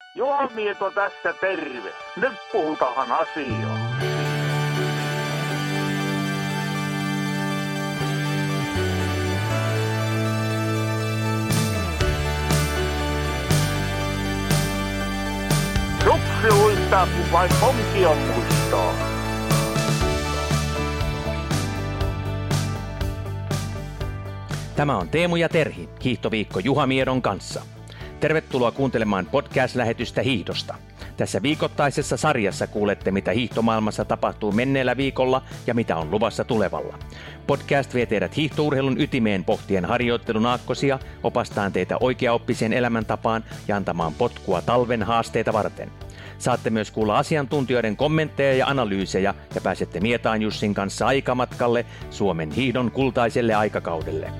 Juha Mieto tässä terve. Nyt puhutaan asiaa. Suksi luistaa, kun vain konkia muistaa. Tämä on Teemu ja Terhi, hiihtoviikko Juha Miedon kanssa. Tervetuloa kuuntelemaan podcast-lähetystä hiihdosta. Tässä viikoittaisessa sarjassa kuulette, mitä hiihtomaailmassa tapahtuu menneellä viikolla ja mitä on luvassa tulevalla. Podcast vie teidät hiihtourheilun ytimeen pohtien harjoittelun aakkosia, opastaan teitä oikeaoppiseen elämäntapaan ja antamaan potkua talven haasteita varten. Saatte myös kuulla asiantuntijoiden kommentteja ja analyysejä ja pääsette Mietaan Jussin kanssa aikamatkalle Suomen hiihdon kultaiselle aikakaudelle.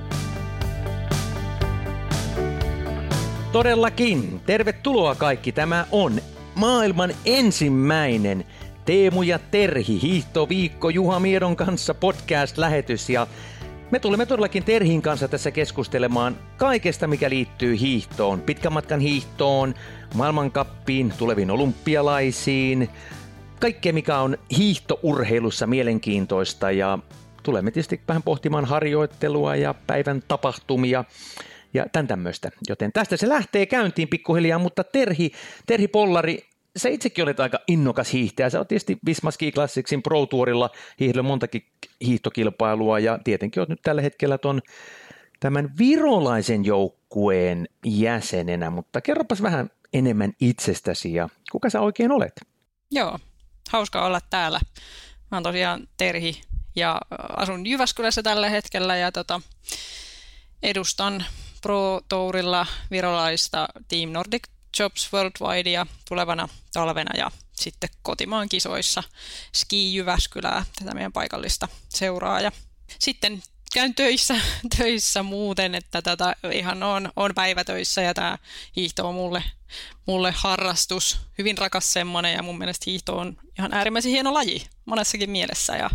Todellakin, tervetuloa kaikki. Tämä on maailman ensimmäinen Teemu ja Terhi hiihtoviikko Juha Miedon kanssa podcast-lähetys. Ja me tulemme todellakin Terhin kanssa tässä keskustelemaan kaikesta, mikä liittyy hiihtoon, pitkän matkan hiihtoon, maailmankappiin, tuleviin olympialaisiin, kaikkea mikä on hiihtourheilussa mielenkiintoista ja tulemme tietysti vähän pohtimaan harjoittelua ja päivän tapahtumia ja tämän tämmöistä. Joten tästä se lähtee käyntiin pikkuhiljaa, mutta Terhi Pollari, sä itsekin olet aika innokas hiihtäjä. Sä oot tietysti Visma Ski Classicsin Pro Tourilla hiihdellyt montakin hiihtokilpailua ja tietenkin oot nyt tällä hetkellä tämän virolaisen joukkueen jäsenenä, mutta kerropas vähän enemmän itsestäsi ja kuka sä oikein olet? Joo, hauska olla täällä. Mä oon tosiaan Terhi ja asun Jyväskylässä tällä hetkellä ja edustan Pro Tourilla virolaista Team Nordic Jobs Worldwidea tulevana talvena ja sitten kotimaan kisoissa Ski Jyväskylää, tätä meidän paikallista seuraa. Ja sitten käyn töissä muuten, että ihan on päivätöissä ja tämä hiihto on mulle harrastus, hyvin rakas semmoinen ja mun mielestä hiihto on ihan äärimmäisen hieno laji monessakin mielessä ja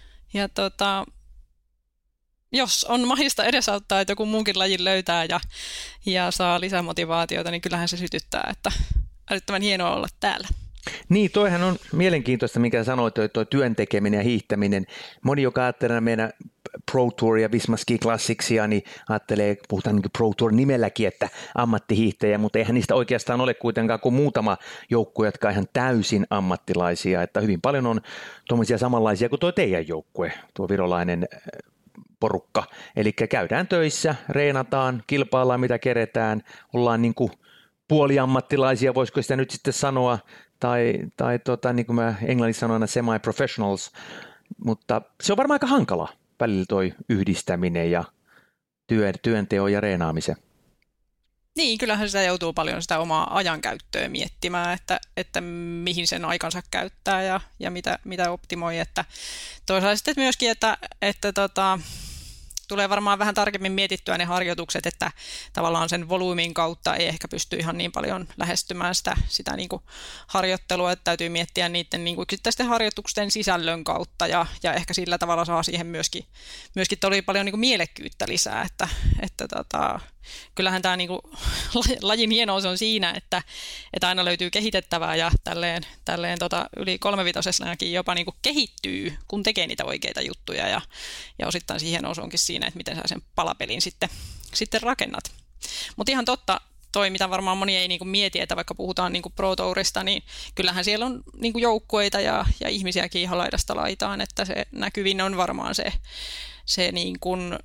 jos on mahista edesauttaa, että joku muunkin lajin löytää ja saa lisämotivaatiota, niin kyllähän se sytyttää, että älyttömän hienoa olla täällä. Niin, toihan on mielenkiintoista, mikä sanoit, tuo työn tekeminen ja hiihtäminen. Moni, joka ajattelee meidän Pro Tour ja Visma Ski Classicsia, niin ajattelee, puhutaan niin Pro Tour nimelläkin, että ammattihiihtäjä, mutta eihän niistä oikeastaan ole kuitenkaan kuin muutama joukkue, jotka on ihan täysin ammattilaisia, että hyvin paljon on tuommoisia samanlaisia kuin tuo teidän joukkue, tuo virolainen porukka. Eli käydään töissä, reenataan, kilpaillaan mitä keretään, ollaan niin kuin puoliammattilaisia, voisiko sitä nyt sitten sanoa, tai niin kuin mä englanniksi sanoin, semi-professionals, mutta se on varmaan aika hankala välillä toi yhdistäminen ja työnteon ja reenaamisen. Niin, kyllähän sitä joutuu paljon sitä omaa ajankäyttöä miettimään, että mihin sen aikansa käyttää ja mitä optimoi. Että toisaalta sitten myöskin, että tulee varmaan vähän tarkemmin mietittyä ne harjoitukset, että tavallaan sen volyymin kautta ei ehkä pysty ihan niin paljon lähestymään sitä niin kuin harjoittelua, että täytyy miettiä niiden niin kuin yksittäisten harjoitusten sisällön kautta ja ehkä sillä tavalla saa siihen myöskin todella paljon niin kuin mielekkyyttä lisää, että kyllähän tämä niin kuin lajin hienous on siinä, että aina löytyy kehitettävää ja tälleen yli 3-vitosesnakin jopa niin kuin kehittyy, kun tekee niitä oikeita juttuja ja osittain siihen hienous onkin siinä, että miten sä sen palapelin sitten rakennat. Mutta ihan totta, toi mitä varmaan moni ei niinku mieti, että vaikka puhutaan niinku Pro Tourista, niin kyllähän siellä on niinku joukkueita ja ihmisiäkin ihan laidasta laitaan, että se näkyvin on varmaan se niin kuin,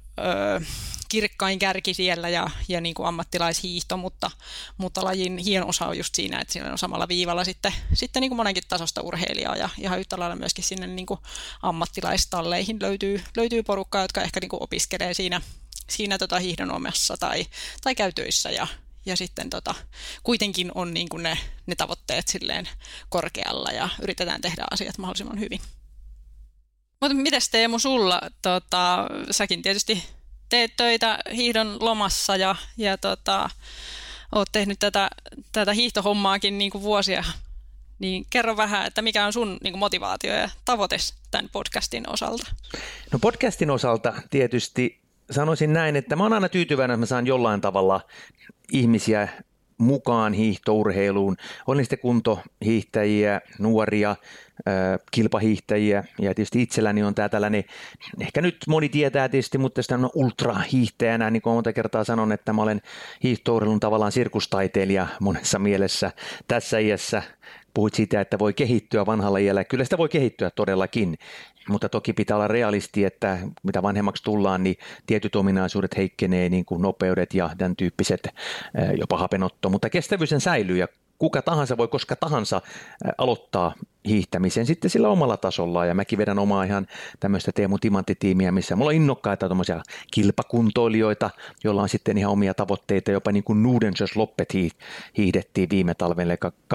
kirkkain kärki siellä ja niin kuin ammattilaishiihto, mutta lajin hieno osa on just siinä, että siinä on samalla viivalla sitten niin kuin monenkin tasosta urheilijaa ja ihan yhtä lailla myöskin sinne niin kuin ammattilaistalleihin löytyy porukkaa, jotka ehkä niin kuin opiskelee siinä hiihdonomassa tai käy töissä ja sitten kuitenkin on niin kuin ne tavoitteet silleen korkealla ja yritetään tehdä asiat mahdollisimman hyvin. Mutta mites Teemu sulla? Säkin tietysti teet töitä hiihdon lomassa ja oot tehnyt tätä hiihtohommaakin niin kuin vuosia. Niin kerro vähän, että mikä on sun niin kuin motivaatio ja tavoite tämän podcastin osalta? No podcastin osalta tietysti sanoisin näin, että mä oon aina tyytyväinen, että mä saan jollain tavalla ihmisiä mukaan hiihtourheiluun. Oli sitten kuntohiihtäjiä, nuoria, kilpahiihtäjiä ja tietysti itselläni on tämä tällainen, ehkä nyt moni tietää tietysti, mutta sitä on ultrahiihtäjänä, niin kuin monta kertaa sanon, että mä olen hiihtourheilun tavallaan sirkustaiteilija monessa mielessä tässä iässä. Puhuit siitä, että voi kehittyä vanhalla iällä. Kyllä sitä voi kehittyä todellakin, mutta toki pitää olla realisti, että mitä vanhemmaksi tullaan, niin tietyt ominaisuudet heikkenee, niin kuin nopeudet ja tämän tyyppiset, jopa hapenotto, mutta kestävyys säilyy ja kuka tahansa voi koska tahansa aloittaa hiihtämisen sitten sillä omalla tasollaan. Ja mäkin vedän omaa ihan tämmöistä Teemu Timantti-tiimiä, missä mulla on innokkaita tommosia kilpakuntoilijoita, joilla on sitten ihan omia tavoitteita. Jopa niin kuin Nordensjösloppet hiihdettiin viime talvelle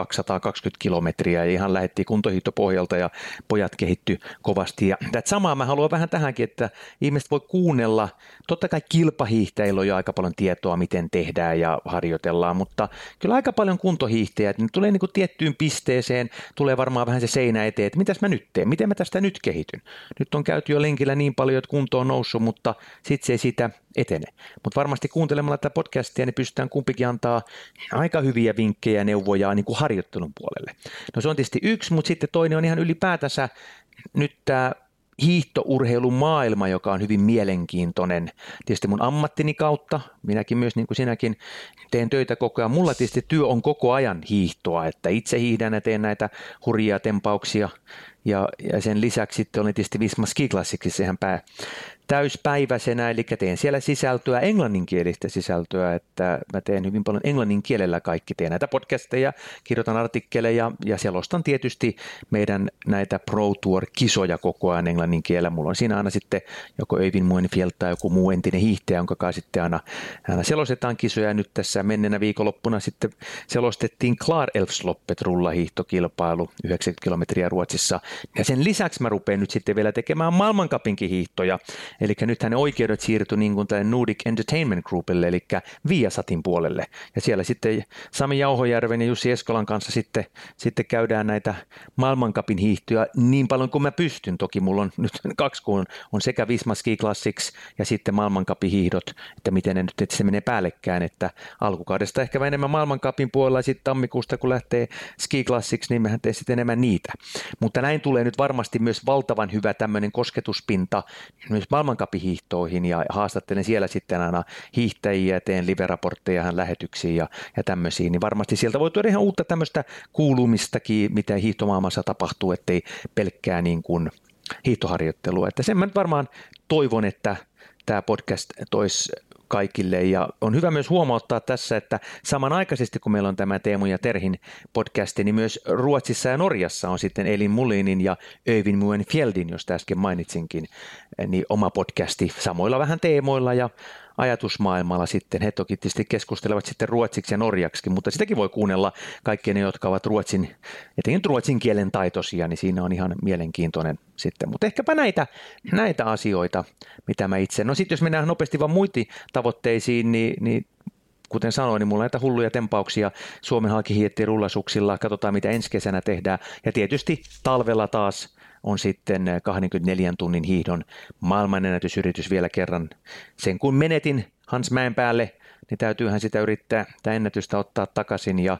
220 kilometriä ja ihan lähdettiin kuntohiihtopohjalta ja pojat kehittyi kovasti. Ja tätä samaa mä haluan vähän tähänkin, että ihmiset voi kuunnella. Totta kai kilpahiihtäjillä on jo aika paljon tietoa, miten tehdään ja harjoitellaan, mutta kyllä aika paljon kuntohiihtäjät, niin tulee niin kuin tiettyyn pisteeseen, tulee varmaan vähän se seinä eteen, että mitäs mä nyt teen, miten mä tästä nyt kehityn. Nyt on käyty jo lenkillä niin paljon, että kunto on noussut, mutta sitten se ei siitä etene. Mutta varmasti kuuntelemalla tätä podcastia, niin pystytään kumpikin antaa aika hyviä vinkkejä ja neuvoja niin kuin harjoittelun puolelle. No se on tietysti yksi, mutta sitten toinen on ihan ylipäätänsä nyt tämä hiihtourheilun maailma, joka on hyvin mielenkiintoinen. Tietysti mun ammattini kautta, minäkin myös niin kuin sinäkin teen töitä koko ajan. Mulla tietysti työ on koko ajan hiihtoa, että itse hiihdän ja teen näitä hurjia tempauksia ja sen lisäksi sitten olen tietysti Visma Ski Classicsissa ihan täyspäiväisenä, eli teen siellä sisältöä, englanninkielistä sisältöä, että mä teen hyvin paljon englannin kielellä kaikki, teen näitä podcasteja, kirjoitan artikkeleja ja selostan tietysti meidän näitä Pro Tour-kisoja koko ajan englannin kielellä. Mulla on siinä aina sitten joko Öyvind Moenfeld tai joku muu entinen hiihtäjä, jonka kanssa sitten aina selostetaan kisoja. Nyt tässä menneenä viikonloppuna sitten selostettiin Klarälvsloppet rullahiihtokilpailu 90 kilometriä Ruotsissa. Ja sen lisäksi mä rupean nyt sitten vielä tekemään maailmancupinkin hiihtoja. Eli nythän ne oikeudet siirtyi niin kuin tälle Nordic Entertainment Groupille, eli Viasatin puolelle. Ja siellä sitten Sami Jauhojärven ja Jussi Eskolan kanssa sitten käydään näitä maailmancupin hiihtoja niin paljon kuin mä pystyn. Toki mulla on nyt 2, kun on sekä Visma Ski Classics ja sitten maailmancupin hiihdot, että miten ne nyt että se menee päällekkäin, että alkukaudesta ehkä enemmän maailmancupin puolella ja sitten tammikuusta kun lähtee Ski Classics, niin mehän teemme sitten enemmän niitä. Mutta näin tulee nyt varmasti myös valtavan hyvä tämmöinen kosketuspinta myös maailmancupin hiihtoihin ja haastattelen siellä sitten aina hiihtäjiä, teen live-raportteja lähetyksiin ja tämmöisiin, niin varmasti sieltä voi tuoda ihan uutta tämmöistä kuulumistakin, mitä hiihtomaailmassa tapahtuu, ettei pelkkää niin kuin hiihtoharjoittelua. Että sen mä nyt varmaan toivon, että tämä podcast toisi kaikille ja on hyvä myös huomauttaa tässä, että samanaikaisesti kun meillä on tämä Teemu ja Terhin podcasti, niin myös Ruotsissa ja Norjassa on sitten Elin Mullinin ja Öyvind Moenfeldin, josta äsken mainitsinkin, niin oma podcasti samoilla vähän teemoilla ja ajatusmaailmalla sitten. He toki tietysti keskustelevat sitten ruotsiksi ja norjaksi, mutta sitäkin voi kuunnella kaikki ne, jotka ovat etenkin ruotsin kielen taitoisia, niin siinä on ihan mielenkiintoinen sitten. Mutta ehkäpä näitä asioita, mitä mä itse. No sitten jos mennään nopeasti vaan muihin tavoitteisiin, niin kuten sanoin, niin mulla on näitä hulluja tempauksia Suomen halkihiihtäjien rullasuksilla. Katsotaan, mitä ensi kesänä tehdään. Ja tietysti talvella taas on sitten 24 tunnin hiihdon maailmanennätysyritys vielä kerran. Sen kun menetin Hans Mäenpäälle, niin täytyyhän sitä yrittää tämä ennätystä ottaa takaisin. Ja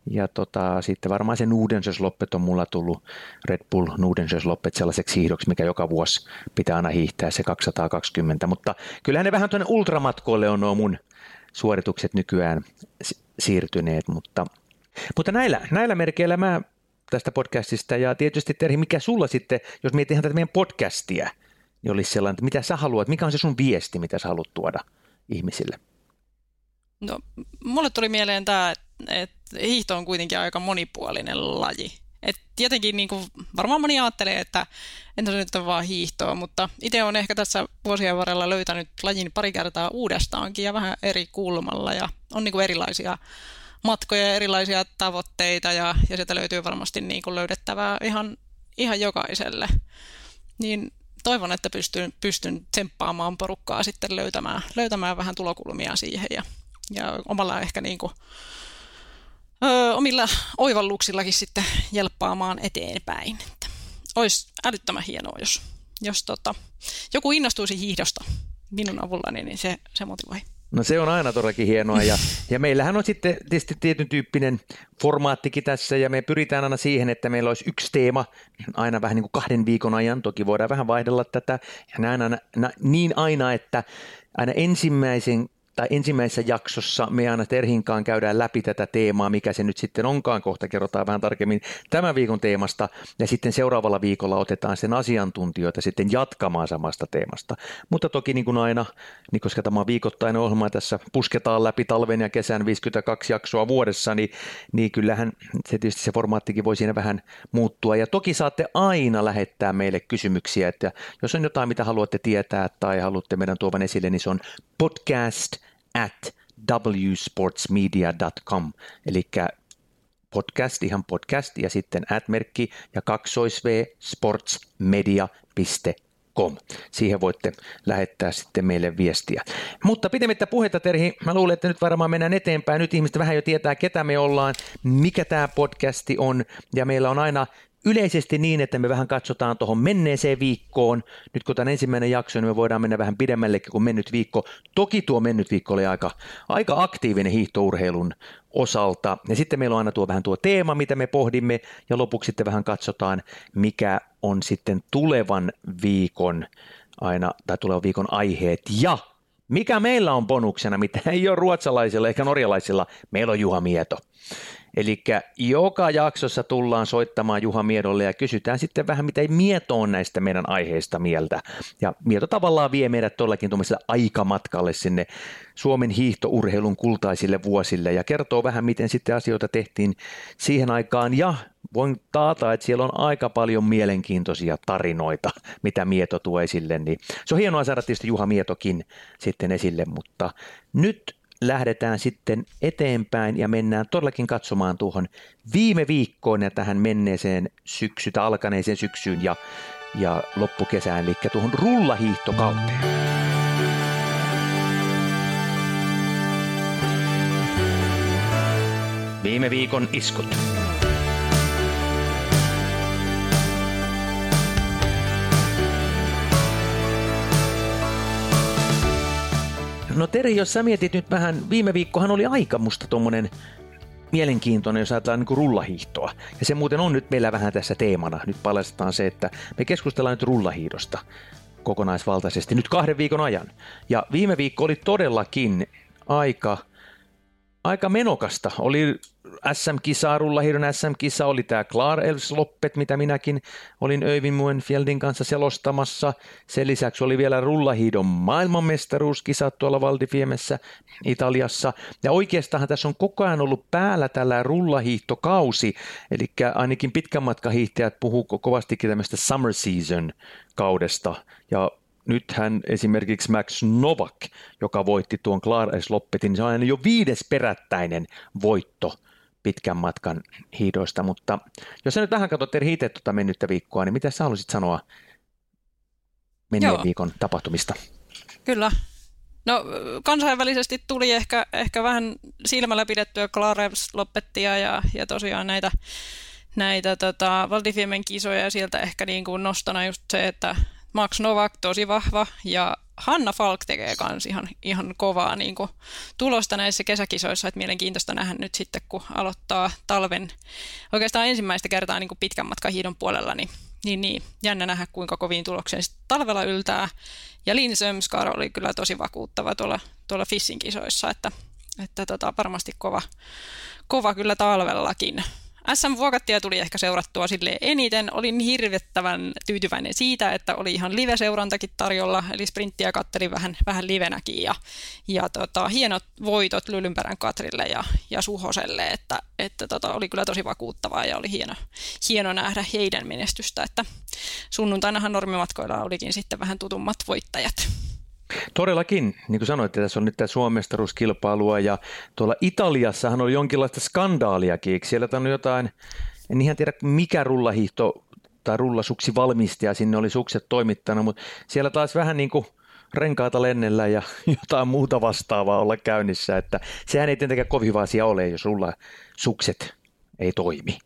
sitten varmaan se Nordensjösloppet on mulla tullut, Red Bull Nordensjösloppet sellaiseksi hiihdoksi, mikä joka vuosi pitää aina hiihtää se 220. Mutta kyllähän ne vähän tuonne ultramatkoille on nuo mun suoritukset nykyään siirtyneet. Mutta näillä merkeillä mä tästä podcastista ja tietysti Terhi, mikä sulla sitten, jos mietitään tätä meidän podcastia, niin olisi sellainen, että mitä sä haluat, mikä on se sun viesti, mitä sä haluat tuoda ihmisille? No, mulle tuli mieleen tämä, että hiihto on kuitenkin aika monipuolinen laji. Et tietenkin niin kuin varmaan moni ajattelee, että entä se nyt on vaan hiihtoa, mutta itse olen ehkä tässä vuosien varrella löytänyt lajin pari kertaa uudestaankin ja vähän eri kulmalla ja on niin kuin erilaisia matkoja ja erilaisia tavoitteita ja sieltä löytyy varmasti niin kuin löydettävää ihan jokaiselle. Niin toivon, että pystyn tsemppaamaan porukkaa sitten löytämään vähän tulokulmia siihen ja omalla ehkä niin kuin, omilla oivalluksillakin sitten jelppaamaan eteenpäin. Että olisi älyttömän hienoa, jos joku innostuisi hiihdosta minun avullani, niin se motivoi. No se on aina todellakin hienoa ja meillähän on sitten tietysti tietyn tyyppinen formaattikin tässä ja me pyritään aina siihen, että meillä olisi yksi teema aina vähän niin kuin 2 viikon ajan. Toki voidaan vähän vaihdella tätä ja aina, että aina ensimmäisessä jaksossa me aina Terhinkaan käydään läpi tätä teemaa, mikä se nyt sitten onkaan, kohta kerrotaan vähän tarkemmin tämän viikon teemasta, ja sitten seuraavalla viikolla otetaan sen asiantuntijoita sitten jatkamaan samasta teemasta. Mutta toki niin kuin aina, niin koska tämä on viikoittainen ohjelma, tässä pusketaan läpi talven ja kesän 52 jaksoa vuodessa, niin kyllähän se tietysti se formaattikin voi siinä vähän muuttua, ja toki saatte aina lähettää meille kysymyksiä, että jos on jotain, mitä haluatte tietää tai haluatte meidän tuovan esille, niin se on podcast@wsportsmedia.com, eli podcast, ihan podcast, ja sitten @merkki ja 2V sportsmedia.com. Siihen voitte lähettää sitten meille viestiä. Mutta pidemmittä puheita, Terhi, mä luulen, että nyt varmaan mennään eteenpäin. Nyt ihmiset vähän jo tietää, ketä me ollaan, mikä tämä podcasti on, ja meillä on aina yleisesti niin, että me vähän katsotaan tuohon menneeseen viikkoon. Nyt kun tämä ensimmäinen jakso, niin me voidaan mennä vähän pidemmällekin kuin mennyt viikko. Toki tuo mennyt viikko oli aika aktiivinen hiihtourheilun osalta. Ja sitten meillä on aina vähän tuo teema, mitä me pohdimme. Ja lopuksi sitten vähän katsotaan, mikä on sitten tulevan viikon aiheet. Ja mikä meillä on bonuksena, mitä ei ole ruotsalaisilla, ehkä norjalaisilla, meillä on Juha Mieto. Eli joka jaksossa tullaan soittamaan Juha Miedolle ja kysytään sitten vähän, mitä Mieto on näistä meidän aiheista mieltä. Ja Mieto tavallaan vie meidät tuollakin tuollaiselle aikamatkalle sinne Suomen hiihtourheilun kultaisille vuosille ja kertoo vähän, miten sitten asioita tehtiin siihen aikaan. Ja voin taata, että siellä on aika paljon mielenkiintoisia tarinoita, mitä Mieto tuo esille. Niin se on hienoa saada tietysti Juha Mietokin sitten esille, mutta nyt lähdetään sitten eteenpäin ja mennään todellakin katsomaan tuohon viime viikkoon ja tähän menneeseen alkaneeseen syksyyn ja loppukesään, eli tuohon rullahiihtokauteen. Viime viikon iskut. No Teri, jos sä mietit nyt vähän, viime viikkohan oli aika musta tommonen mielenkiintoinen, jos ajatellaan niin kuin rullahiihtoa. Ja se muuten on nyt meillä vähän tässä teemana. Nyt paljastetaan se, että me keskustellaan nyt rullahiihdosta kokonaisvaltaisesti nyt 2 viikon ajan. Ja viime viikko oli todellakin aika menokasta. Oli SM-kisaa, rullahiidon SM-kisa, oli tämä Klarälvsloppet, mitä minäkin olin Öyvind Muenfjeldin kanssa selostamassa. Sen lisäksi oli vielä rullahiidon maailmanmestaruuskisat tuolla Val di Fiemessä Italiassa. Ja oikeastaan tässä on koko ajan ollut päällä tällä rullahiihtokausi, eli ainakin pitkän matkahiihtäjät puhuu kovastikin tämmöistä summer season kaudesta. Ja nythän esimerkiksi Max Novak, joka voitti tuon Klarälvsloppetin, se on aina jo 5. perättäinen voitto pitkän matkan hiidoista, mutta jos sä nyt vähän katsot itse tuota mennyttä viikkoa, niin mitä sä haluaisit sanoa menneen viikon tapahtumista? Kyllä. No kansainvälisesti tuli ehkä vähän silmällä pidettyä Klarälvsloppettia ja tosiaan näitä Val di Fiemen kisoja ja sieltä ehkä niin kuin nostana just se, että Max Novak tosi vahva ja Hanna Falk tekee kans ihan kovaa niin kuin tulosta näissä kesäkisoissa, että mielenkiintoista nähdä nyt sitten, kun aloittaa talven oikeastaan ensimmäistä kertaa niin kuin pitkän matkan hiidon puolella, niin jännä nähdä, kuinka koviin tulokseen sitten talvella yltää. Ja Linn Sömskar oli kyllä tosi vakuuttava tuolla Fissin kisoissa, että varmasti kova kyllä talvellakin. SM-vuokattia tuli ehkä seurattua silleen eniten. Olin hirvettävän tyytyväinen siitä, että oli ihan live-seurantakin tarjolla, eli sprinttiä kattelin vähän livenäkin ja hienot voitot Lylynperän Katrille ja Suhoselle, että oli kyllä tosi vakuuttavaa ja oli hieno nähdä heidän menestystä, että sunnuntainahan normimatkoilla olikin sitten vähän tutummat voittajat. Todellakin, niin kuin sanoitte, tässä on nyt tämä Suomen-mestaruuskilpailua ja tuolla Italiassahan oli jonkinlaista skandaaliakin. Siellä on jotain, en ihan tiedä mikä rullahiihto tai rullasuksi valmistaja sinne oli sukset toimittanut, mutta siellä taas vähän niin kuin renkaita lennellä ja jotain muuta vastaavaa olla käynnissä, että sehän ei tietenkään kovin hyvä asia ole, jos rullasukset ei toimi.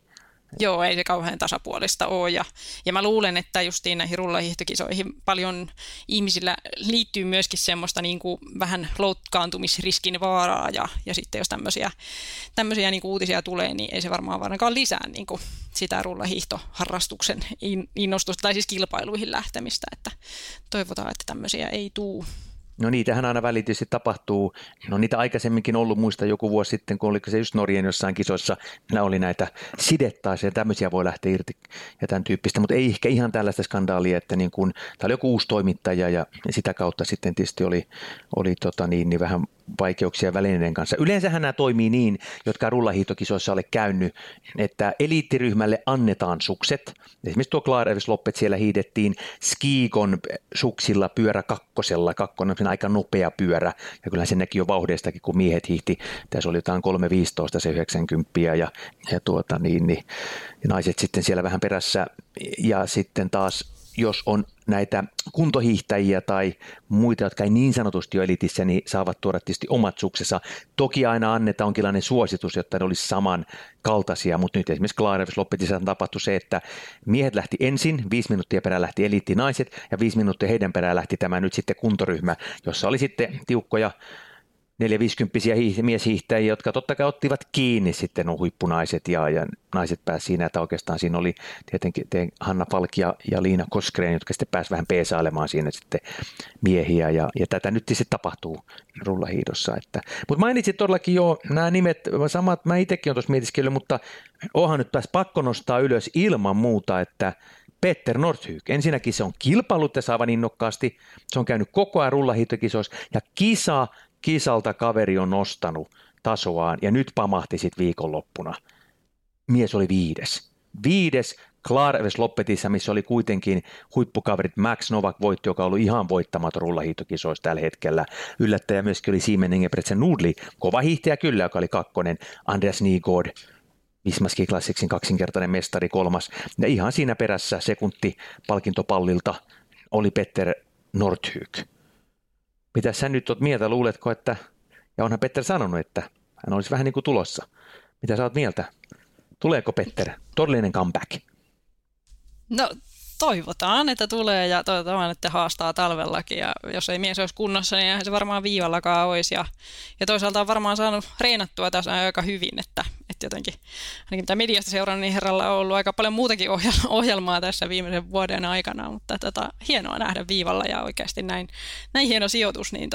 Joo, ei se kauhean tasapuolista ole. Ja mä luulen, että justiin näihin rullahiihtokisoihin paljon ihmisillä liittyy myöskin semmoista niin kuin vähän loukkaantumisriskin vaaraa. Ja sitten jos tämmöisiä niin kuin uutisia tulee, niin ei se varmaankaan lisää niin kuin sitä rullahiihtoharrastuksen innostusta tai siis kilpailuihin lähtemistä. Että toivotaan, että tämmöisiä ei tule. No niitähän aina välitysti tapahtuu. No niitä aikaisemminkin ollut, muista joku vuosi sitten, kun oliko se just Norjan jossain kisoissa, oli näitä sidettaisia, tämmöisiä voi lähteä irti ja tämän tyyppistä, mutta ei ehkä ihan tällaista skandaalia, että niin kun, tämä oli joku uusi toimittaja ja sitä kautta sitten tietysti oli niin vähän vaikeuksia välineiden kanssa. Yleensähän nämä toimii niin, jotka rullahiihtokisoissa ole käynyt, että eliittiryhmälle annetaan sukset. Esimerkiksi tuo Klarälvsloppet siellä hiidettiin Skikon suksilla pyörä kakkosella. Kakkonen on aika nopea pyörä ja kyllähän se näki jo vauhdeistakin, kun miehet hiihti. Tässä oli jotain 3.15 se 90 ja naiset sitten siellä vähän perässä ja sitten taas jos on näitä kuntohiihtäjiä tai muita, jotka ei niin sanotusti ole elitissä, niin saavat tuoda tietysti omat suksensa. Toki aina annetaan jonkinlainen suositus, jotta ne olisi samankaltaisia, mutta nyt esimerkiksi Klarälvsloppetissa tapahtui se, että miehet lähti ensin, 5 minuuttia perään lähti eliittinaiset ja 5 minuuttia heidän perään lähti tämä nyt sitten kuntoryhmä, jossa oli sitten tiukkoja 4-50 mieshiihtäjiä, jotka totta kai ottivat kiinni sitten nuo huippunaiset ja naiset pääsivät siinä, että oikeastaan siinä oli tietenkin Hanna Falk ja Liina Koskren, jotka sitten pääsivät vähän peesailemaan siinä sitten miehiä ja tätä nyt sitten tapahtuu rullahiidossa. Mutta mainitsit todellakin jo nämä nimet samat, mä itsekin olen tuossa mietiskellyt, mutta onhan nyt taas pakko nostaa ylös ilman muuta, että Petter Northug. Ensinnäkin se on kilpailut tässä aivan innokkaasti, se on käynyt koko ajan rullahiihtokisoissa ja kisalta kaveri on nostanut tasoaan ja nyt pamahti sitten viikonloppuna. Mies oli 5. Klarälvsloppetissa, missä oli kuitenkin huippukaverit Max Novak voitti, joka on ollut ihan voittamaton rullahiihtokisoissa tällä hetkellä. Yllättäjä myöskin oli Simen Ingebrigtsen Nordli, kova hiihtäjä kyllä, joka oli 2. Andreas Nygård, Visma-Ski Classicsin 2-kertainen mestari 3. Ja ihan siinä perässä sekunti palkintopallilta oli Petter Northug. Mitä sä nyt oot mieltä? Luuletko, että, ja onhan Petter sanonut, että hän olisi vähän niin kuin tulossa. Mitä sä oot mieltä? Tuleeko Petter? Todellinen comeback? No toivotaan, että tulee ja toivotaan, että haastaa talvellakin. Ja jos ei mies olisi kunnossa, niin eihän se varmaan viivallakaan olisi. Ja toisaalta on varmaan saanut reenattua tässä aika hyvin, että jotenkin, ainakin mitä mediasta seuraan, niin herralla on ollut aika paljon muutakin ohjelmaa tässä viimeisen vuoden aikana. Mutta hienoa nähdä viivalla ja oikeasti näin hieno sijoitus, niin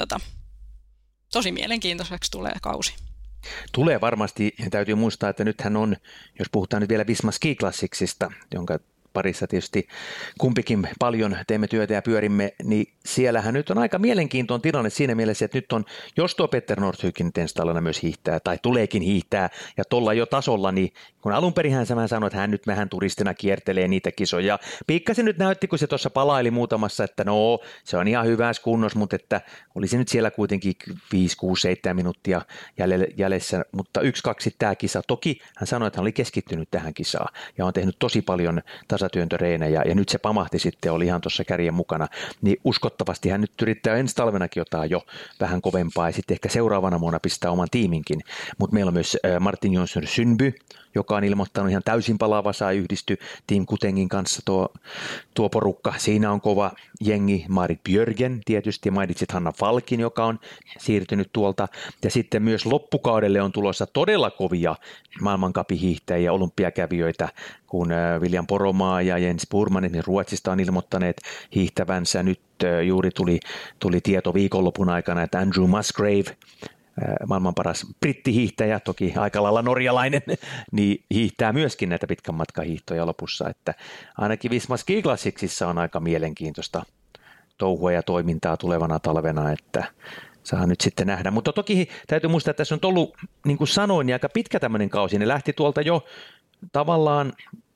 tosi mielenkiintoiseksi tulee kausi. Tulee varmasti, täytyy muistaa, että nythän on, jos puhutaan nyt vielä Visma Ski Classicsista, jonka parissa tietysti kumpikin paljon teemme työtä ja pyörimme, niin siellähän nyt on aika mielenkiintoinen tilanne siinä mielessä, että nyt on, jos tuo Petter Northugin tenstallana myös hiihtää tai tuleekin hiihtää ja tuolla jo tasolla, niin kun alun perin hän sanoi, että hän nyt vähän turistina kiertelee niitä kisoja. Pikkasen nyt näytti, kun se tuossa palaili muutamassa, että no se on ihan hyvässä kunnossa, mutta että olisi nyt siellä kuitenkin 5, 6, 7 minuuttia jäljessä, mutta 1-2 tämä kisa. Toki hän sanoi, että hän oli keskittynyt tähän kisaan ja on tehnyt tosi paljon tasatyöntöreinejä ja nyt se pamahti sitten, oli ihan tuossa kärjen mukana, niin uskottavasti hän nyt yrittää ensi talvenakin jotain jo vähän kovempaa ja sitten ehkä seuraavana vuonna pistää oman tiiminkin, mutta meillä on myös Martin Jonsson Sundby, joka on ilmoittanut ihan täysin palaavassa ja yhdistyi Team Kutengin kanssa tuo porukka. Siinä on kova jengi, Marit Björgen tietysti, mainitsit Hanna Falkin, joka on siirtynyt tuolta. Ja sitten myös loppukaudelle on tulossa todella kovia maailmankapihiihtäjiä ja olympiakävijöitä, kun William Poromaa ja Jens Burman esimerkiksi Ruotsista on ilmoittaneet hiihtävänsä. Nyt juuri tuli tieto viikonlopun aikana, että Andrew Musgrave, maailman paras brittihiihtäjä, toki aika lailla norjalainen, niin hiihtää myöskin näitä pitkän matkan hiihtoja lopussa, että ainakin Visma Ski Classicsissa on aika mielenkiintoista touhua ja toimintaa tulevana talvena, että saa nyt sitten nähdä. Mutta toki täytyy muistaa, että tässä on ollut, niin kuin sanoin, niin aika pitkä tämmöinen kausi. Ne lähti tuolta jo tavallaan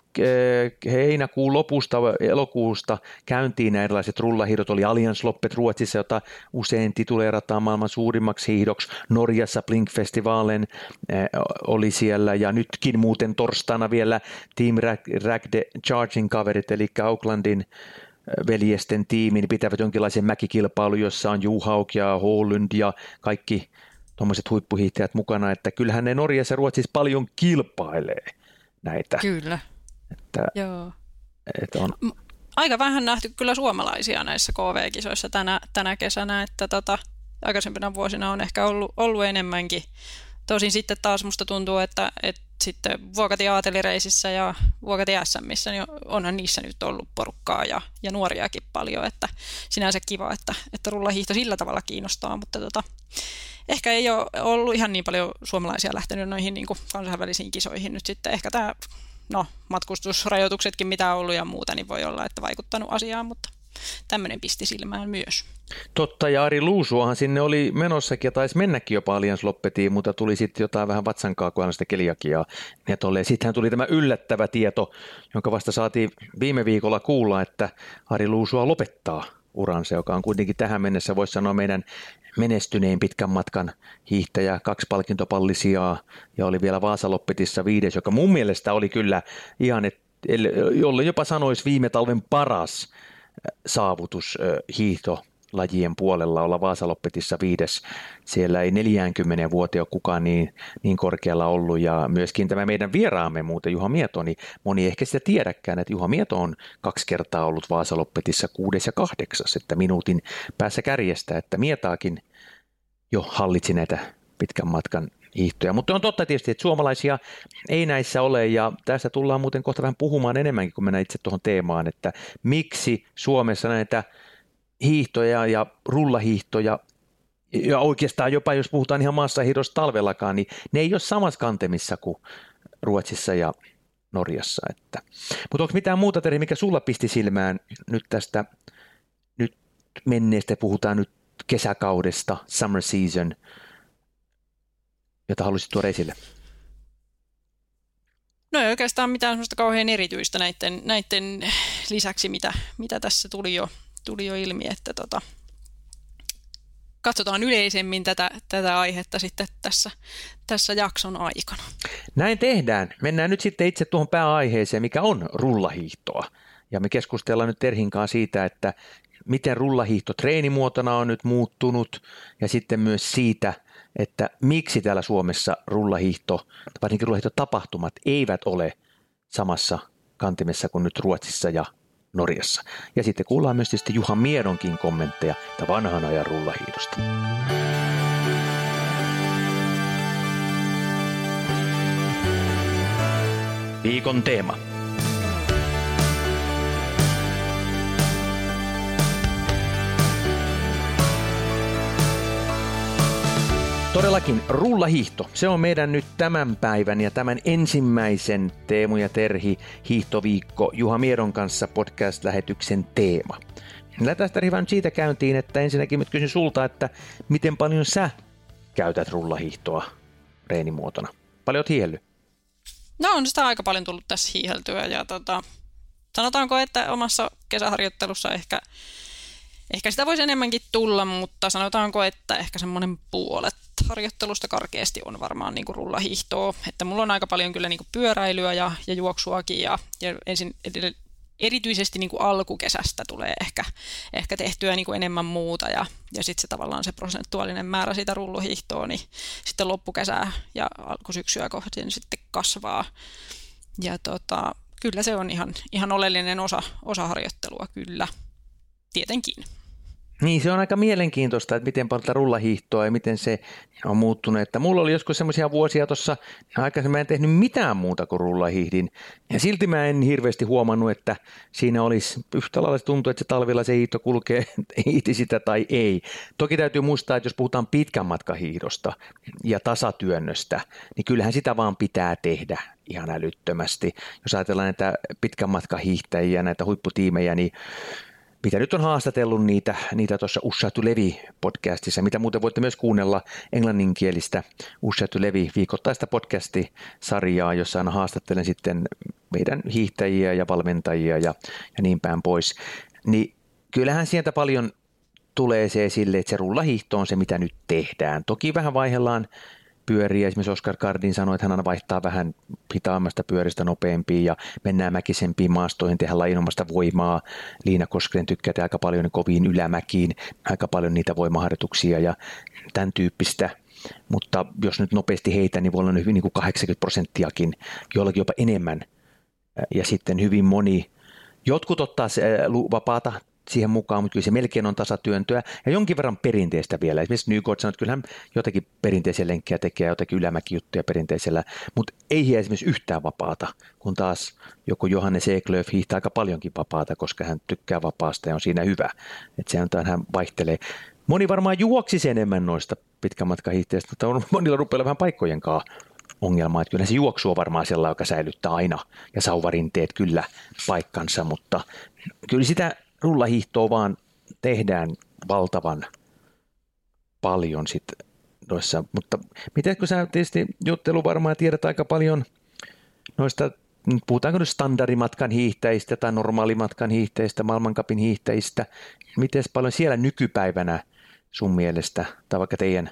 heinäkuun lopusta, elokuusta käyntiin nämä erilaiset rullahiidot, oli Alliansloppet Ruotsissa, jota usein tituleerataan maailman suurimmaksi hiihdoksi. Norjassa Blink-festivalen oli siellä ja nytkin muuten torstaina vielä Team Ragde Charging kaverit, eli Aucklandin veljesten tiimin pitävät jonkinlaisen mäkikilpailun, jossa on Juhauk ja Holund ja kaikki tuommoiset huippuhiihtäjät mukana, että kyllähän ne Norjassa ja Ruotsissa paljon kilpailee. näitä. Kyllä. Joo. Että on. Aika vähän nähty kyllä suomalaisia näissä KV-kisoissa tänä kesänä, että aikaisempina vuosina on ehkä ollut enemmänkin. Tosin sitten taas musta tuntuu, että sitten Vuokati Aatelireisissä ja Vuokati SMissä, niin onhan niissä nyt ollut porukkaa ja nuoriakin paljon, että sinänsä kiva, että rullahiihto sillä tavalla kiinnostaa, mutta ehkä ei ole ollut ihan niin paljon suomalaisia lähtenyt noihin niin kuin kansainvälisiin kisoihin nyt sitten. Ehkä tämä matkustusrajoituksetkin, mitä on ollut ja muuta, niin voi olla, että vaikuttanut asiaan, mutta tämmöinen pisti silmään myös. Totta, ja Ari Luusuahan sinne oli menossakin ja taisi mennäkin jopa Allianz Loppetiin, mutta tuli sitten jotain vähän vatsankaa, kun hän sitä keliakiaa. Sittenhän tuli tämä yllättävä tieto, jonka vasta saatiin viime viikolla kuulla, että Ari Luusua lopettaa uransa, joka on kuitenkin tähän mennessä, voisi sanoa, meidän menestynein pitkän matkan hiihtäjä, 2 palkintopallisijaa ja oli vielä Vaasa-Loppetissa 5, joka mun mielestä oli kyllä ihan, jolle jopa sanoisi viime talven paras saavutus hiihtolajien puolella olla Vaasa-Loppetissa 5. Siellä ei 40 vuoteen ole kukaan niin korkealla ollut ja myöskin tämä meidän vieraamme muuten Juha Mieto, niin moni ehkä sitä tiedäkään, että Juha Mieto on 2 kertaa ollut Vaasa-Loppetissa 6. ja 8. että minuutin päässä kärjestä, että Mietaakin jo hallitsi näitä pitkän matkan hiihtoja. Mutta on totta tietysti, että suomalaisia ei näissä ole ja tästä tullaan muuten kohta vähän puhumaan enemmänkin, kun mennään itse tuohon teemaan, että miksi Suomessa näitä hiihtoja ja rullahiihtoja ja oikeastaan jopa jos puhutaan ihan maassahiihdosta talvellakaan, niin ne ei ole samassa kantemissa kuin Ruotsissa ja Norjassa. Mutta onko mitään muuta, Terhi, mikä sulla pisti silmään nyt tästä nyt menneestä, puhutaan nyt kesäkaudesta, summer season, jota haluaisit tuoda esille? No ei oikeastaan mitään sellaista kauhean erityistä näiden lisäksi, mitä tässä tuli jo ilmi, että katsotaan yleisemmin tätä aihetta sitten tässä jakson aikana. Näin tehdään. Mennään nyt sitten itse tuohon pääaiheeseen, mikä on rullahiihtoa. Ja me keskustellaan nyt Terhin kanssa siitä, että miten rullahiihto treenimuotona on nyt muuttunut ja sitten myös siitä, että miksi täällä Suomessa rullahiihto, varsinkin rullahiihtotapahtumat eivät ole samassa kantimessa kuin nyt Ruotsissa ja Norjassa. Ja sitten kuullaan myös tietysti Juha Miedonkin kommentteja vanhan ajan rullahiihdosta. Viikon teema. Todellakin rullahiihto, se on meidän nyt tämän päivän ja tämän ensimmäisen Teemu ja Terhi hiihtoviikko Juha Miedon kanssa podcast-lähetyksen teema. Lähdetään Terhi vaan siitä käyntiin, että ensinnäkin nyt kysyn sulta, että miten paljon sä käytät rullahiihtoa reenimuotona? Paljon oot hiihellyt? No on sitä aika paljon tullut tässä hiiheltyä ja sanotaanko, että omassa kesäharjoittelussa ehkä sitä voisi enemmänkin tulla, mutta sanotaanko, että ehkä semmoinen puolet harjoittelusta karkeasti on varmaan niin kuin rullahiihtoa. Että mulla on aika paljon kyllä niin kuin pyöräilyä ja juoksuakin ja erityisesti niin kuin alkukesästä tulee ehkä tehtyä niin kuin enemmän muuta ja sitten se tavallaan se prosentuaalinen määrä siitä rulluhiihtoa, niin sitten loppukesää ja alkusyksyä kohden sitten kasvaa. Ja kyllä se on ihan oleellinen osa harjoittelua kyllä, tietenkin. Niin, se on aika mielenkiintoista, että miten paljon rullahiihtoa ja miten se on muuttunut. Että mulla oli joskus semmoisia vuosia tuossa, aikaisemmin en tehnyt mitään muuta kuin rullahiihdin. Ja silti mä en hirveästi huomannut, että siinä olisi yhtä lailla tuntuu, että se talvella se hiihto kulkee, hiihti sitä tai ei. Toki täytyy muistaa, että jos puhutaan pitkän matkan hiihdosta ja tasatyönnöstä, niin kyllähän sitä vaan pitää tehdä ihan älyttömästi. Jos ajatellaan näitä pitkän matkan hiihtäjiä, näitä huipputiimejä, niin mitä nyt on haastatellut niitä tuossa Usha to Levi-podcastissa, mitä muuten voitte myös kuunnella englanninkielistä Usha to Levi viikoittaista podcastisarjaa, jossa aina haastattelen sitten meidän hiihtäjiä ja valmentajia ja niin päin pois. Niin kyllähän sieltä paljon tulee se esille, että se rullahiihto on se, mitä nyt tehdään. Toki vähän vaihdellaan pyöriä. Esimerkiksi Oskar Kardin sanoi, että hän aina vaihtaa vähän hitaammasta pyöristä nopeampiin ja mennään mäkisempiin maastoihin, tehdään lajinomasta voimaa. Liina Koskinen tykkää aika paljon koviin ylämäkiin, aika paljon niitä voimaharjoituksia ja tämän tyyppistä. mutta jos nyt nopeasti heitän, niin voi olla hyvin niin kuin 80%, joillakin jopa enemmän. Ja sitten hyvin moni, jotkut ottaa vapaata siihen mukaan, mutta kyllä se melkein on tasatyöntöä ja jonkin verran perinteistä vielä. Esimerkiksi Nygård sanoi, että kyllähän jotakin perinteisiä lenkkejä tekee, jotakin ylämäkijuttuja perinteisellä, mutta ei hiä esimerkiksi yhtään vapaata, kun taas joku Johannes Eklöf hiihtää aika paljonkin vapaata, koska hän tykkää vapaasta ja on siinä hyvä. Että se on, hän vaihtelee. Moni varmaan juoksisi enemmän noista pitkän matkan hiihteistä, mutta monilla rupeaa vähän paikkojen kanssa ongelma, että kyllä se juoksu on varmaan sellainen, joka säilyttää aina ja sauvarinteet kyllä paikkansa, mutta kyllä sitä rullahiihtoa vaan tehdään valtavan paljon sitten noissa, mutta miten kun sä tietysti Juttelu varmaan tiedät aika paljon noista, puhutaanko nyt standardimatkan hiihtäjistä tai normaalimatkan hiihtäjistä, maailmancupin hiihtäjistä, miten paljon siellä nykypäivänä sun mielestä tai vaikka teidän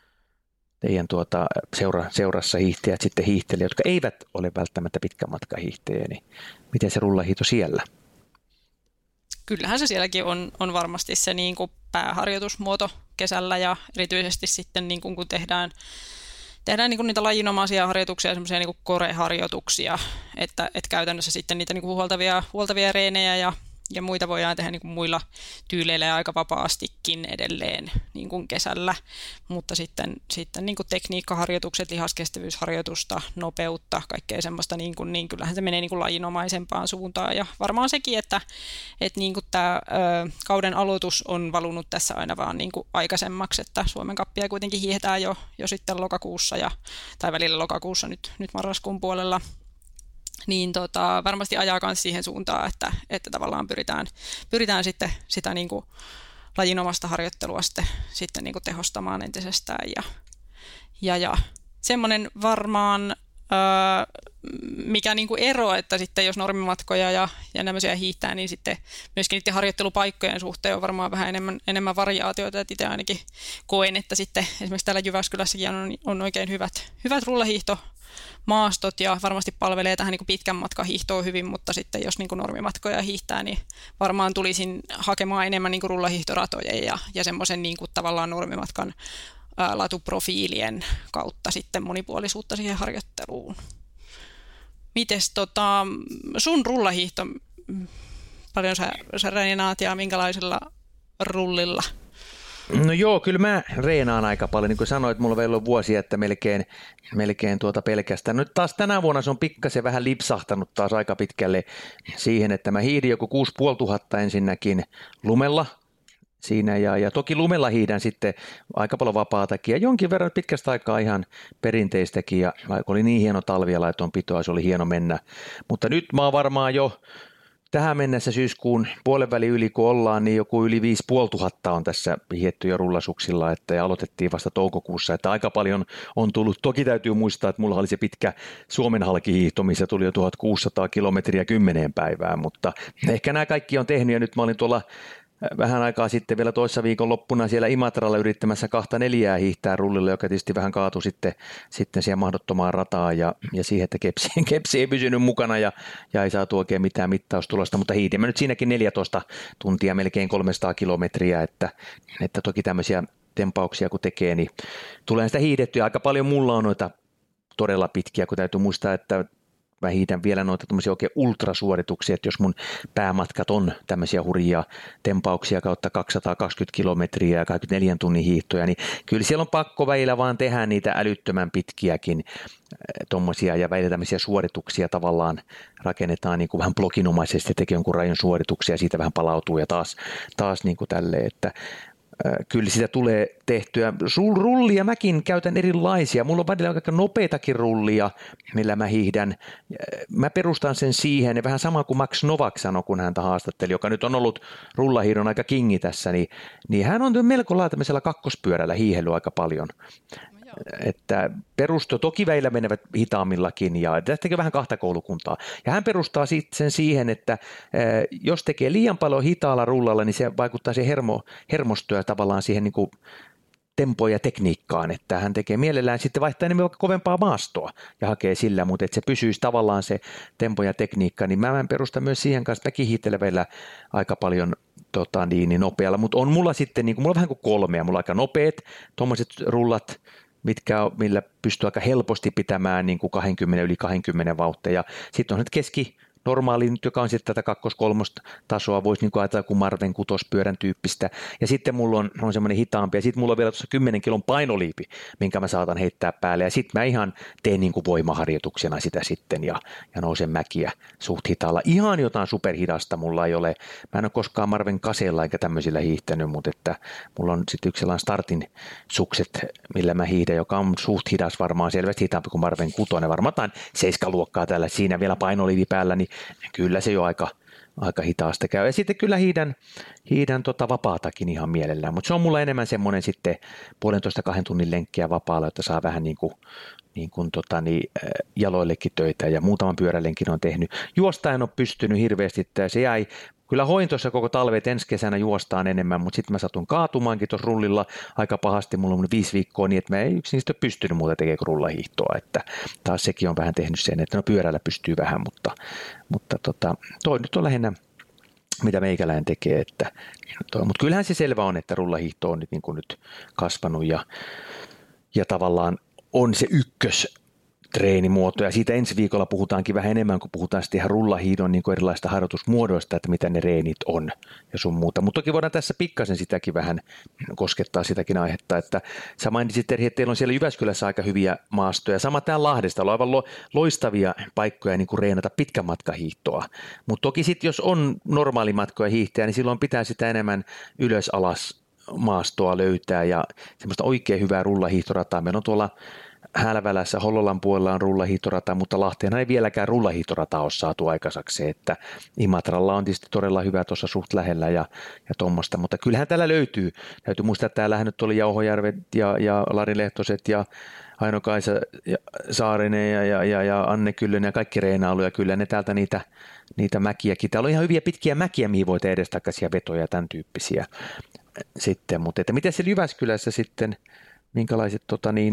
seurassa hiihtäjät sitten hiihtelee, jotka eivät ole välttämättä pitkän matkan hiihtäjiä, niin miten se rullahiihto siellä? Kyllähän se sielläkin on varmasti se niin kuin pääharjoitusmuoto kesällä ja erityisesti sitten niin kuin kun tehdään niin kuin niitä lajinomaisia harjoituksia, semmoisia niin kuin core-harjoituksia, että käytännössä sitten niitä niin kuin huoltavia reenejä ja muita voidaan tehdä niin kuin muilla tyyleillä ja aika vapaastikin edelleen niin kuin kesällä, mutta sitten niin kuin tekniikkaharjoitukset, lihaskestävyysharjoitusta, nopeutta, kaikkea semmoista, niin kyllähän se menee niin kuin lajinomaisempaan suuntaan. Ja varmaan sekin, että niin kuin tämä kauden aloitus on valunut tässä aina vaan niin kuin aikaisemmaksi, että Suomen Cupia kuitenkin hiihetään jo sitten lokakuussa tai välillä lokakuussa nyt marraskuun puolella. Niin varmasti ajaa myös siihen suuntaan, että tavallaan pyritään sitten sitä niin kuin lajinomasta harjoittelua sitten niin kuin tehostamaan entisestään. Ja semmoinen varmaan, mikä niin kuin ero, että sitten jos normimatkoja ja tämmöisiä hiihtää, niin sitten myöskin niiden harjoittelupaikkojen suhteen on varmaan vähän enemmän variaatioita. Että itse ainakin koen, että sitten esimerkiksi täällä Jyväskylässäkin on oikein hyvät rullahiihtomaastot ja varmasti palvelee tähän niin kuin pitkän matkan hiihtoon hyvin, mutta sitten jos niin kuin normimatkoja hiihtää, niin varmaan tulisin hakemaan enemmän niin kuin rullahiihtoratojen ja semmoisen niin kuin tavallaan normimatkan latuprofiilien kautta sitten monipuolisuutta siihen harjoitteluun. Mites sun rullahiihto, paljon sä reenaat ja minkälaisilla rullilla? No joo, kyllä mä reenaan aika paljon, niin kuin sanoit, mulla on vielä ollut vuosia, että melkein pelkästään. Nyt taas tänä vuonna se on pikkasen vähän lipsahtanut taas aika pitkälle siihen, että mä hiidin joku 6500 ensinnäkin lumella siinä ja toki lumella hiidän sitten aika paljon vapaatakin ja jonkin verran pitkästä aikaa ihan perinteistäkin ja oli niin hieno talvi ja laitoin pitoa, se oli hieno mennä, mutta nyt mä oon varmaan jo tähän mennessä syyskuun puolenväli yli, kun ollaan, niin joku yli 5500 on tässä hietty jo rullasuksilla, ja aloitettiin vasta toukokuussa, että aika paljon on tullut. Toki täytyy muistaa, että mulla oli se pitkä Suomen halkihiihto, missä tuli jo 1600 kilometriä 10 päivään, mutta ehkä nämä kaikki on tehnyt, ja nyt mä olin tuolla vähän aikaa sitten vielä toissa viikon loppuna siellä Imatralla yrittämässä 2-4 hiihtää rullilla, joka tietysti vähän kaatui sitten siihen mahdottomaan rataan ja siihen, että kepsi ei pysynyt mukana ja ei saatu oikein mitään mittaustulosta, mutta hiihdimme nyt siinäkin 14 tuntia, melkein 300 kilometriä, että toki tämmöisiä tempauksia kun tekee, niin tulee sitä hiihdettyä. Aika paljon mulla on noita todella pitkiä, kun täytyy muistaa, että mä hiidän vielä noita tämmöisiä oikein ultrasuorituksia, että jos mun päämatkat on tämmöisiä hurjia tempauksia kautta 220 kilometriä ja 24 tunnin hiihtoja, niin kyllä siellä on pakko välillä vaan tehdä niitä älyttömän pitkiäkin tommosia ja välillä tämmöisiä suorituksia tavallaan rakennetaan niin kuin vähän bloginomaisesti, tekee jonkun rajan suorituksia ja siitä vähän palautuu ja taas niin kuin tälleen, että kyllä sitä tulee tehtyä. Rullia mäkin käytän erilaisia. Mulla on välillä aika nopeitakin rullia, millä mä hiihdän. Mä perustan sen siihen, ja vähän sama kuin Max Novak sanoi, kun häntä haastatteli, joka nyt on ollut rullahiidon aika kingi tässä, niin hän on melko lailla tämmöisellä kakkospyörällä hiihdellyt aika paljon. Että toki väillä menevät hitaammillakin ja tästäkin vähän kahta koulukuntaa. Ja hän perustaa sen siihen, että jos tekee liian paljon hitaalla rullalla, niin se vaikuttaa siihen hermostoa tavallaan siihen niin kuin tempoon ja tekniikkaan, että hän tekee mielellään sitten vaihtaa enemmän vaikka kovempaa maastoa ja hakee sillä, mutta että se pysyisi tavallaan se tempo ja tekniikka, niin mä perustan myös siihen kanssa, mäkin hiihtelen vielä aika paljon niin nopealla, mutta on mulla sitten, niin kuin, mulla on vähän kuin 3, mulla on aika nopeat tuommoiset rullat, millä pystyy aika helposti pitämään niin kuin yli 20 vauhtia. Sitten on nyt normaali nyt, joka on sitten tätä 2-3 tasoa, voisi niin kuin ajatella kuin Marven kutospyörän tyyppistä. Ja sitten mulla on semmoinen hitaampi, ja sitten mulla on vielä tuossa 10 kilon painoliipi, minkä mä saatan heittää päälle. Ja sitten mä ihan teen niin kuin voimaharjoituksena sitä sitten, ja nousen mäkiä suht hitaalla. Ihan jotain superhidasta mulla ei ole. Mä en ole koskaan Marven kaseilla eikä tämmöisillä hiihtänyt, mutta että mulla on sitten yksi sellainen startin sukset, millä mä hiihdän, joka on suht hidas varmaan, selvästi hitaampi kuin Marven kutonen. Varmaan jotain 7-luokkaa täällä, siinä vielä painoliivi päällä, niin kyllä se jo aika hitaasta käy. Ja sitten kyllä hiidän vapaatakin ihan mielellään, mutta se on mulla enemmän semmoinen sitten 1,5–2 tunnin lenkkiä vapaalla, että saa vähän niin kuin jaloillekin töitä, ja muutaman pyörälenkin on tehnyt. Juosta en ole pystynyt hirveästi, että se jäi. Kyllä hoin tuossa koko talve, että ensi kesänä juostaan enemmän, mutta sitten mä satun kaatumaankin tuossa rullilla aika pahasti. Mulla on 5 viikkoa niin, että mä ei yksin niistä ole pystynyt muuta tekemään kuin rullahiihtoa. Että taas sekin on vähän tehnyt sen, että pyörällä pystyy vähän, mutta toi nyt on lähinnä mitä meikäläinen tekee. Mutta kyllähän se selvä on, että rullahiihto on nyt kasvanut ja tavallaan on se treenimuoto, ja siitä ensi viikolla puhutaankin vähän enemmän, kun puhutaan sitten ihan rullahiidon niin kuin erilaisista harjoitusmuodoista, että mitä ne reenit on ja sun muuta. Mutta toki voidaan tässä pikkasen sitäkin vähän koskettaa sitäkin aihetta, että sä mainitsit Terhi, että teillä on siellä Jyväskylässä aika hyviä maastoja. Sama täällä Lahdesta on aivan loistavia paikkoja niin kuin reenata pitkän matkahiihtoa. Mutta toki sitten jos on normaalimatkoja hiihtäjä, niin silloin pitää sitä enemmän ylös-alas maastoa löytää ja semmoista oikein hyvää rullahiihtorataa. Meillä on tuolla Hälvälässä, Hollolan puolella on rullahiihtorata, mutta Lahteen ei vieläkään rullahiihtorata ole saatu aikaiseksi, että Imatralla on tietysti todella hyvä tuossa suht lähellä ja tuommoista, mutta kyllähän täällä löytyy. Täytyy muistaa, että täällä nyt oli Jauhojärvet ja Lari Lehtoset ja Aino-Kaisa Saarinen ja Anne Kyllönen ja kaikki reenailu, ja kyllä ne täältä niitä mäkiäkin. Täällä on ihan hyviä pitkiä mäkiä, mihin voi tehdä edestakaisia vetoja ja tämän tyyppisiä sitten, mutta että miten se Jyväskylässä sitten, minkälaiset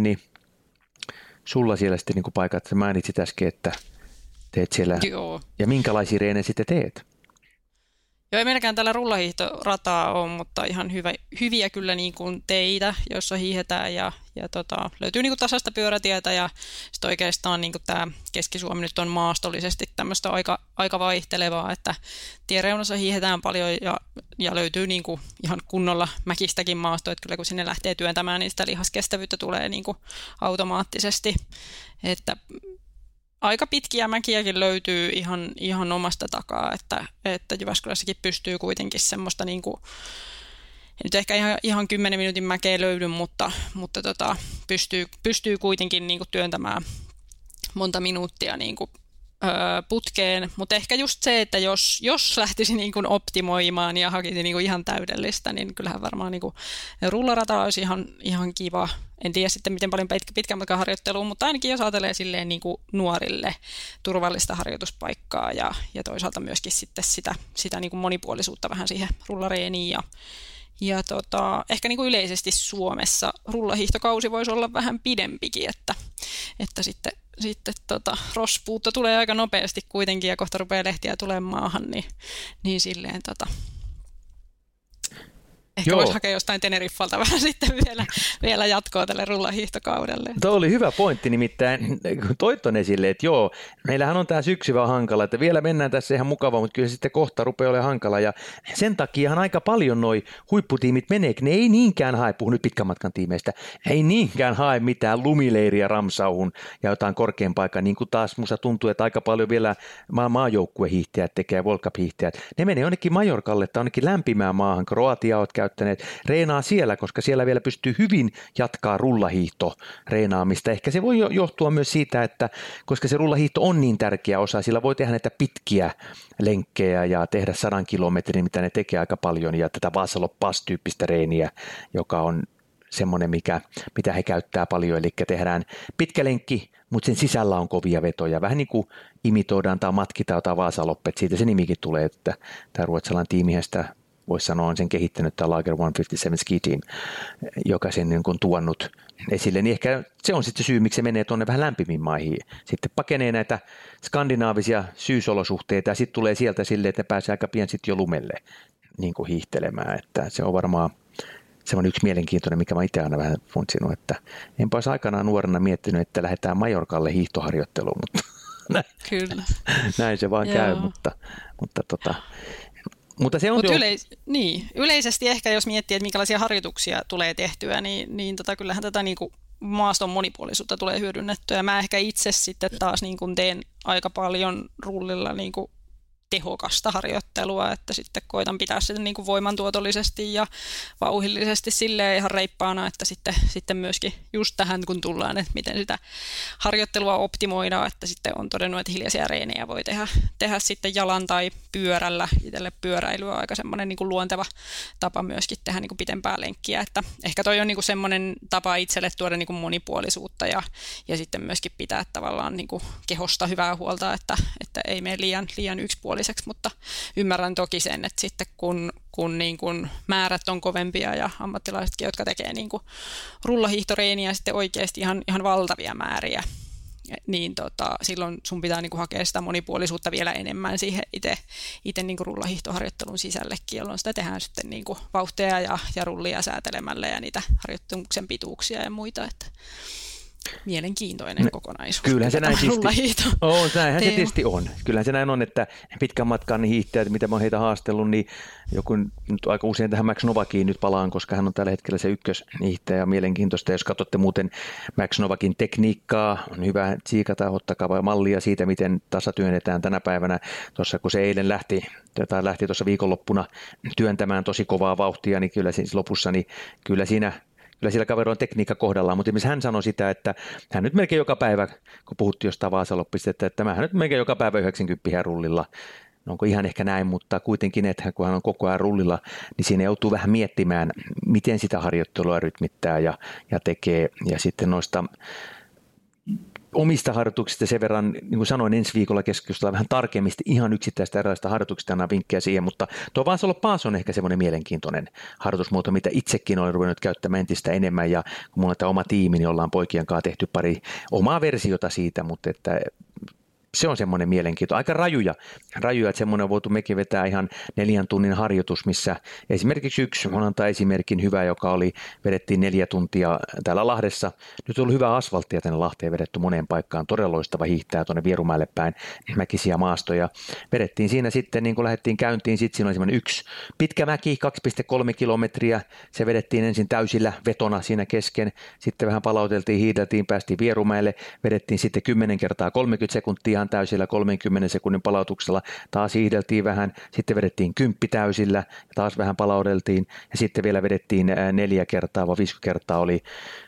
sulla siellä sitten niin paikat, että mainitsit äsken, että teet siellä, Joo. Ja minkälaisia reenejä sitten teet? Joo, ei meilläkään täällä rullahiihtorataa ole, mutta ihan hyviä kyllä niin kuin teitä, joissa hiihetään ja löytyy niin kuin tasaista pyörätietä, ja sitten oikeastaan niin kuin tämä Keski-Suomi nyt on maastollisesti tämmöistä aika vaihtelevaa, että tiereunassa hiihetään paljon ja löytyy niin kuin ihan kunnolla mäkistäkin maastoa, että kyllä kun sinne lähtee työntämään, niin sitä lihaskestävyyttä tulee niin kuin automaattisesti, että aika pitkiä mäkiäkin löytyy ihan omasta takaa, että Jyväskylässäkin pystyy kuitenkin semmoista niin kuin, nyt ehkä ihan 10 minuutin mäkeä löydy, mutta pystyy kuitenkin niin kuin työntämään monta minuuttia niin kuin putkeen, mutta ehkä just se, että jos lähtisi niin kuin optimoimaan ja hakisi niin kuin ihan täydellistä, niin kyllähän varmaan niin kuin rullarata olisi ihan kiva. En tiedä sitten, miten paljon pitkän matkan harjoittelua, mutta ainakin jos ajatelee silleen niin kuin nuorille turvallista harjoituspaikkaa ja toisaalta myöskin sitten sitä niin kuin monipuolisuutta vähän siihen rullareeniin ja ehkä niin kuin yleisesti Suomessa rullahiihtokausi voisi olla vähän pidempikin, että sitten rospuutta tulee aika nopeasti kuitenkin ja kohta rupeaa lehtiä tulemaan maahan, niin silleen ehkä voisi hakea jostain Teneriffalta vähän sitten vielä jatkoa tälle rullahiihtokaudelle. Tuo oli hyvä pointti, nimittäin toit on esille, että joo, meillähän on tämä syksy vaan hankala, että vielä mennään tässä ihan mukavaa, mutta kyllä sitten kohta rupeaa olemaan hankala, ja sen takiahan aika paljon noi huipputiimit menee, ne ei niinkään hae, puhun nyt pitkän matkan tiimeistä, ei niinkään hae mitään lumileiriä Ramsauhun ja jotain korkean paikan, niin kuin taas musta tuntuu, että aika paljon vielä maajoukkuehiihtäjät tekee, World Cup-hiihtäjät, ne menee jonnekin Majorkalle tai jonnekin lämpimään maahan, Kroatia olet käyttäneet, reenaa siellä, koska siellä vielä pystyy hyvin jatkaa rullahiihto-reenaamista. Ehkä se voi johtua myös siitä, että koska se rullahiihto on niin tärkeä osa, sillä voi tehdä näitä pitkiä lenkkejä ja tehdä 100 kilometrin, mitä ne tekee aika paljon, ja tätä Vasalop-Pass-tyyppistä reeniä, joka on semmoinen, mitä he käyttää paljon, eli tehdään pitkä lenkki, mutta sen sisällä on kovia vetoja. Vähän niin kuin imitoidaan tai matkitaan tai Vasaloppet, siitä se nimikin tulee, että tämä ruotsalainen tiimihän sitä voisi sanoa, on sen kehittänyt tämä Lager 157 Ski Team, joka sen niin on tuonut esille, niin ehkä se on sitten se syy, miksi se menee tuonne vähän lämpimiin maihin. Sitten pakenee näitä skandinaavisia syysolosuhteita ja sitten tulee sieltä silleen, että ne pääsee aika pian sitten jo lumelle niin kuin hiihtelemään, että se on varmaan semmoinen yksi mielenkiintoinen, mikä mä itse aina vähän funtsinut, että enpä olisi aikanaan nuorena miettinyt, että lähdetään Majorkalle hiihtoharjoitteluun, mutta Kyllä. näin se vaan käy, mutta se on yleisesti ehkä, jos miettii, että minkälaisia harjoituksia tulee tehtyä, niin kyllähän tätä niin kuin maaston monipuolisuutta tulee hyödynnettyä. Mä ehkä itse sitten taas niin kuin teen aika paljon rullilla niin kuin tehokasta harjoittelua, että sitten koitan pitää sitä niin kuin voimantuotollisesti ja vauhdillisesti silleen ihan reippaana, että sitten myöskin just tähän kun tullaan, että miten sitä harjoittelua optimoidaan, että sitten on todennut, että hiljaisia reenejä voi tehdä sitten jalan tai pyörällä. Itselle pyöräily on aika semmoinen niin kuin luonteva tapa myöskin tehdä niin kuin pitempää lenkkiä, että ehkä toi on niin kuin semmoinen tapa itselle tuoda niin kuin monipuolisuutta ja sitten myöskin pitää tavallaan niin kuin kehosta hyvää huolta, että ei mene liian yksipuoliseksi, mutta ymmärrän toki sen, että sitten kun niin kuin määrät on kovempia ja ammattilaisetkin, jotka tekee niin kuin rullahiihtoreeniä sitten oikeasti ihan valtavia määriä, niin silloin sun pitää niin kuin hakea sitä monipuolisuutta vielä enemmän siihen itse niin kuin rullahiihtoharjoittelun sisällekin, jolloin sitä tehdään sitten niin kuin vauhteja ja rullia säätelemällä ja niitä harjoitteluksen pituuksia ja muita, että mielenkiintoinen kokonaisuus. Kyllähän se näin näinhän se tietysti on. Kyllähän se näin on, että pitkän matkan hiihtäjät, mitä mä oon heitä haastellut, niin joku nyt aika usein tähän Max Novakiin nyt palaan, koska hän on tällä hetkellä se ykköshiihtäjä, mielenkiintoista. Jos katsotte muuten Max Novakin tekniikkaa, on hyvä tsiikata, ottakaa mallia siitä, miten tasatyönnetään tänä päivänä. Tuossa kun se eilen lähti tuossa viikonloppuna työntämään tosi kovaa vauhtia, niin kyllä siis lopussa, niin kyllä sillä kaverilla on tekniikka kohdallaan, mutta esimerkiksi hän sanoi sitä, että hän nyt melkein joka päivä, kun puhuttiin jostain Vaasaloppista, että mä nyt melkein joka päivä 90 rullilla. No onko ihan ehkä näin, mutta kuitenkin, että kun hän on koko ajan rullilla, niin siinä joutuu vähän miettimään, miten sitä harjoittelua rytmittää ja tekee. Ja sitten noista omista harjoituksista sen verran, niin kuin sanoin, ensi viikolla keskustellaan vähän tarkemmin ihan yksittäistä erilaisista harjoituksista, annan vinkkejä siihen, mutta tuo Vaasalo Paas on ehkä semmoinen mielenkiintoinen harjoitusmuoto, mitä itsekin olen ruvennut käyttämään entistä enemmän, ja kun mulla on tämä oma tiimi, niin ollaan poikien kanssa tehty pari omaa versiota siitä, mutta että se on semmoinen mielenkiinto. Aika rajuja, että semmoinen on voitu mekin vetää ihan 4 tunnin harjoitus, missä esimerkiksi yksi, on antaa esimerkin hyvä, joka vedettiin 4 tuntia täällä Lahdessa. Nyt on ollut hyvä asfalttia tänne Lahteen vedetty moneen paikkaan, todella loistava hiihtää tuonne Vierumäelle päin, mäkisiä maastoja. Vedettiin siinä sitten, niin kun lähdettiin käyntiin, sitten siinä oli semmoinen yksi pitkä mäki, 2,3 kilometriä. Se vedettiin ensin täysillä vetona siinä kesken, sitten vähän palauteltiin, hiideltiin, päästiin Vierumäelle, vedettiin sitten 10 kertaa 30 sekuntia täysillä 30 sekunnin palautuksella, taas hiihdeltiin vähän, sitten vedettiin 10 täysillä, ja taas vähän palauteltiin, ja sitten vielä vedettiin 4 kertaa, vai 50 kertaa oli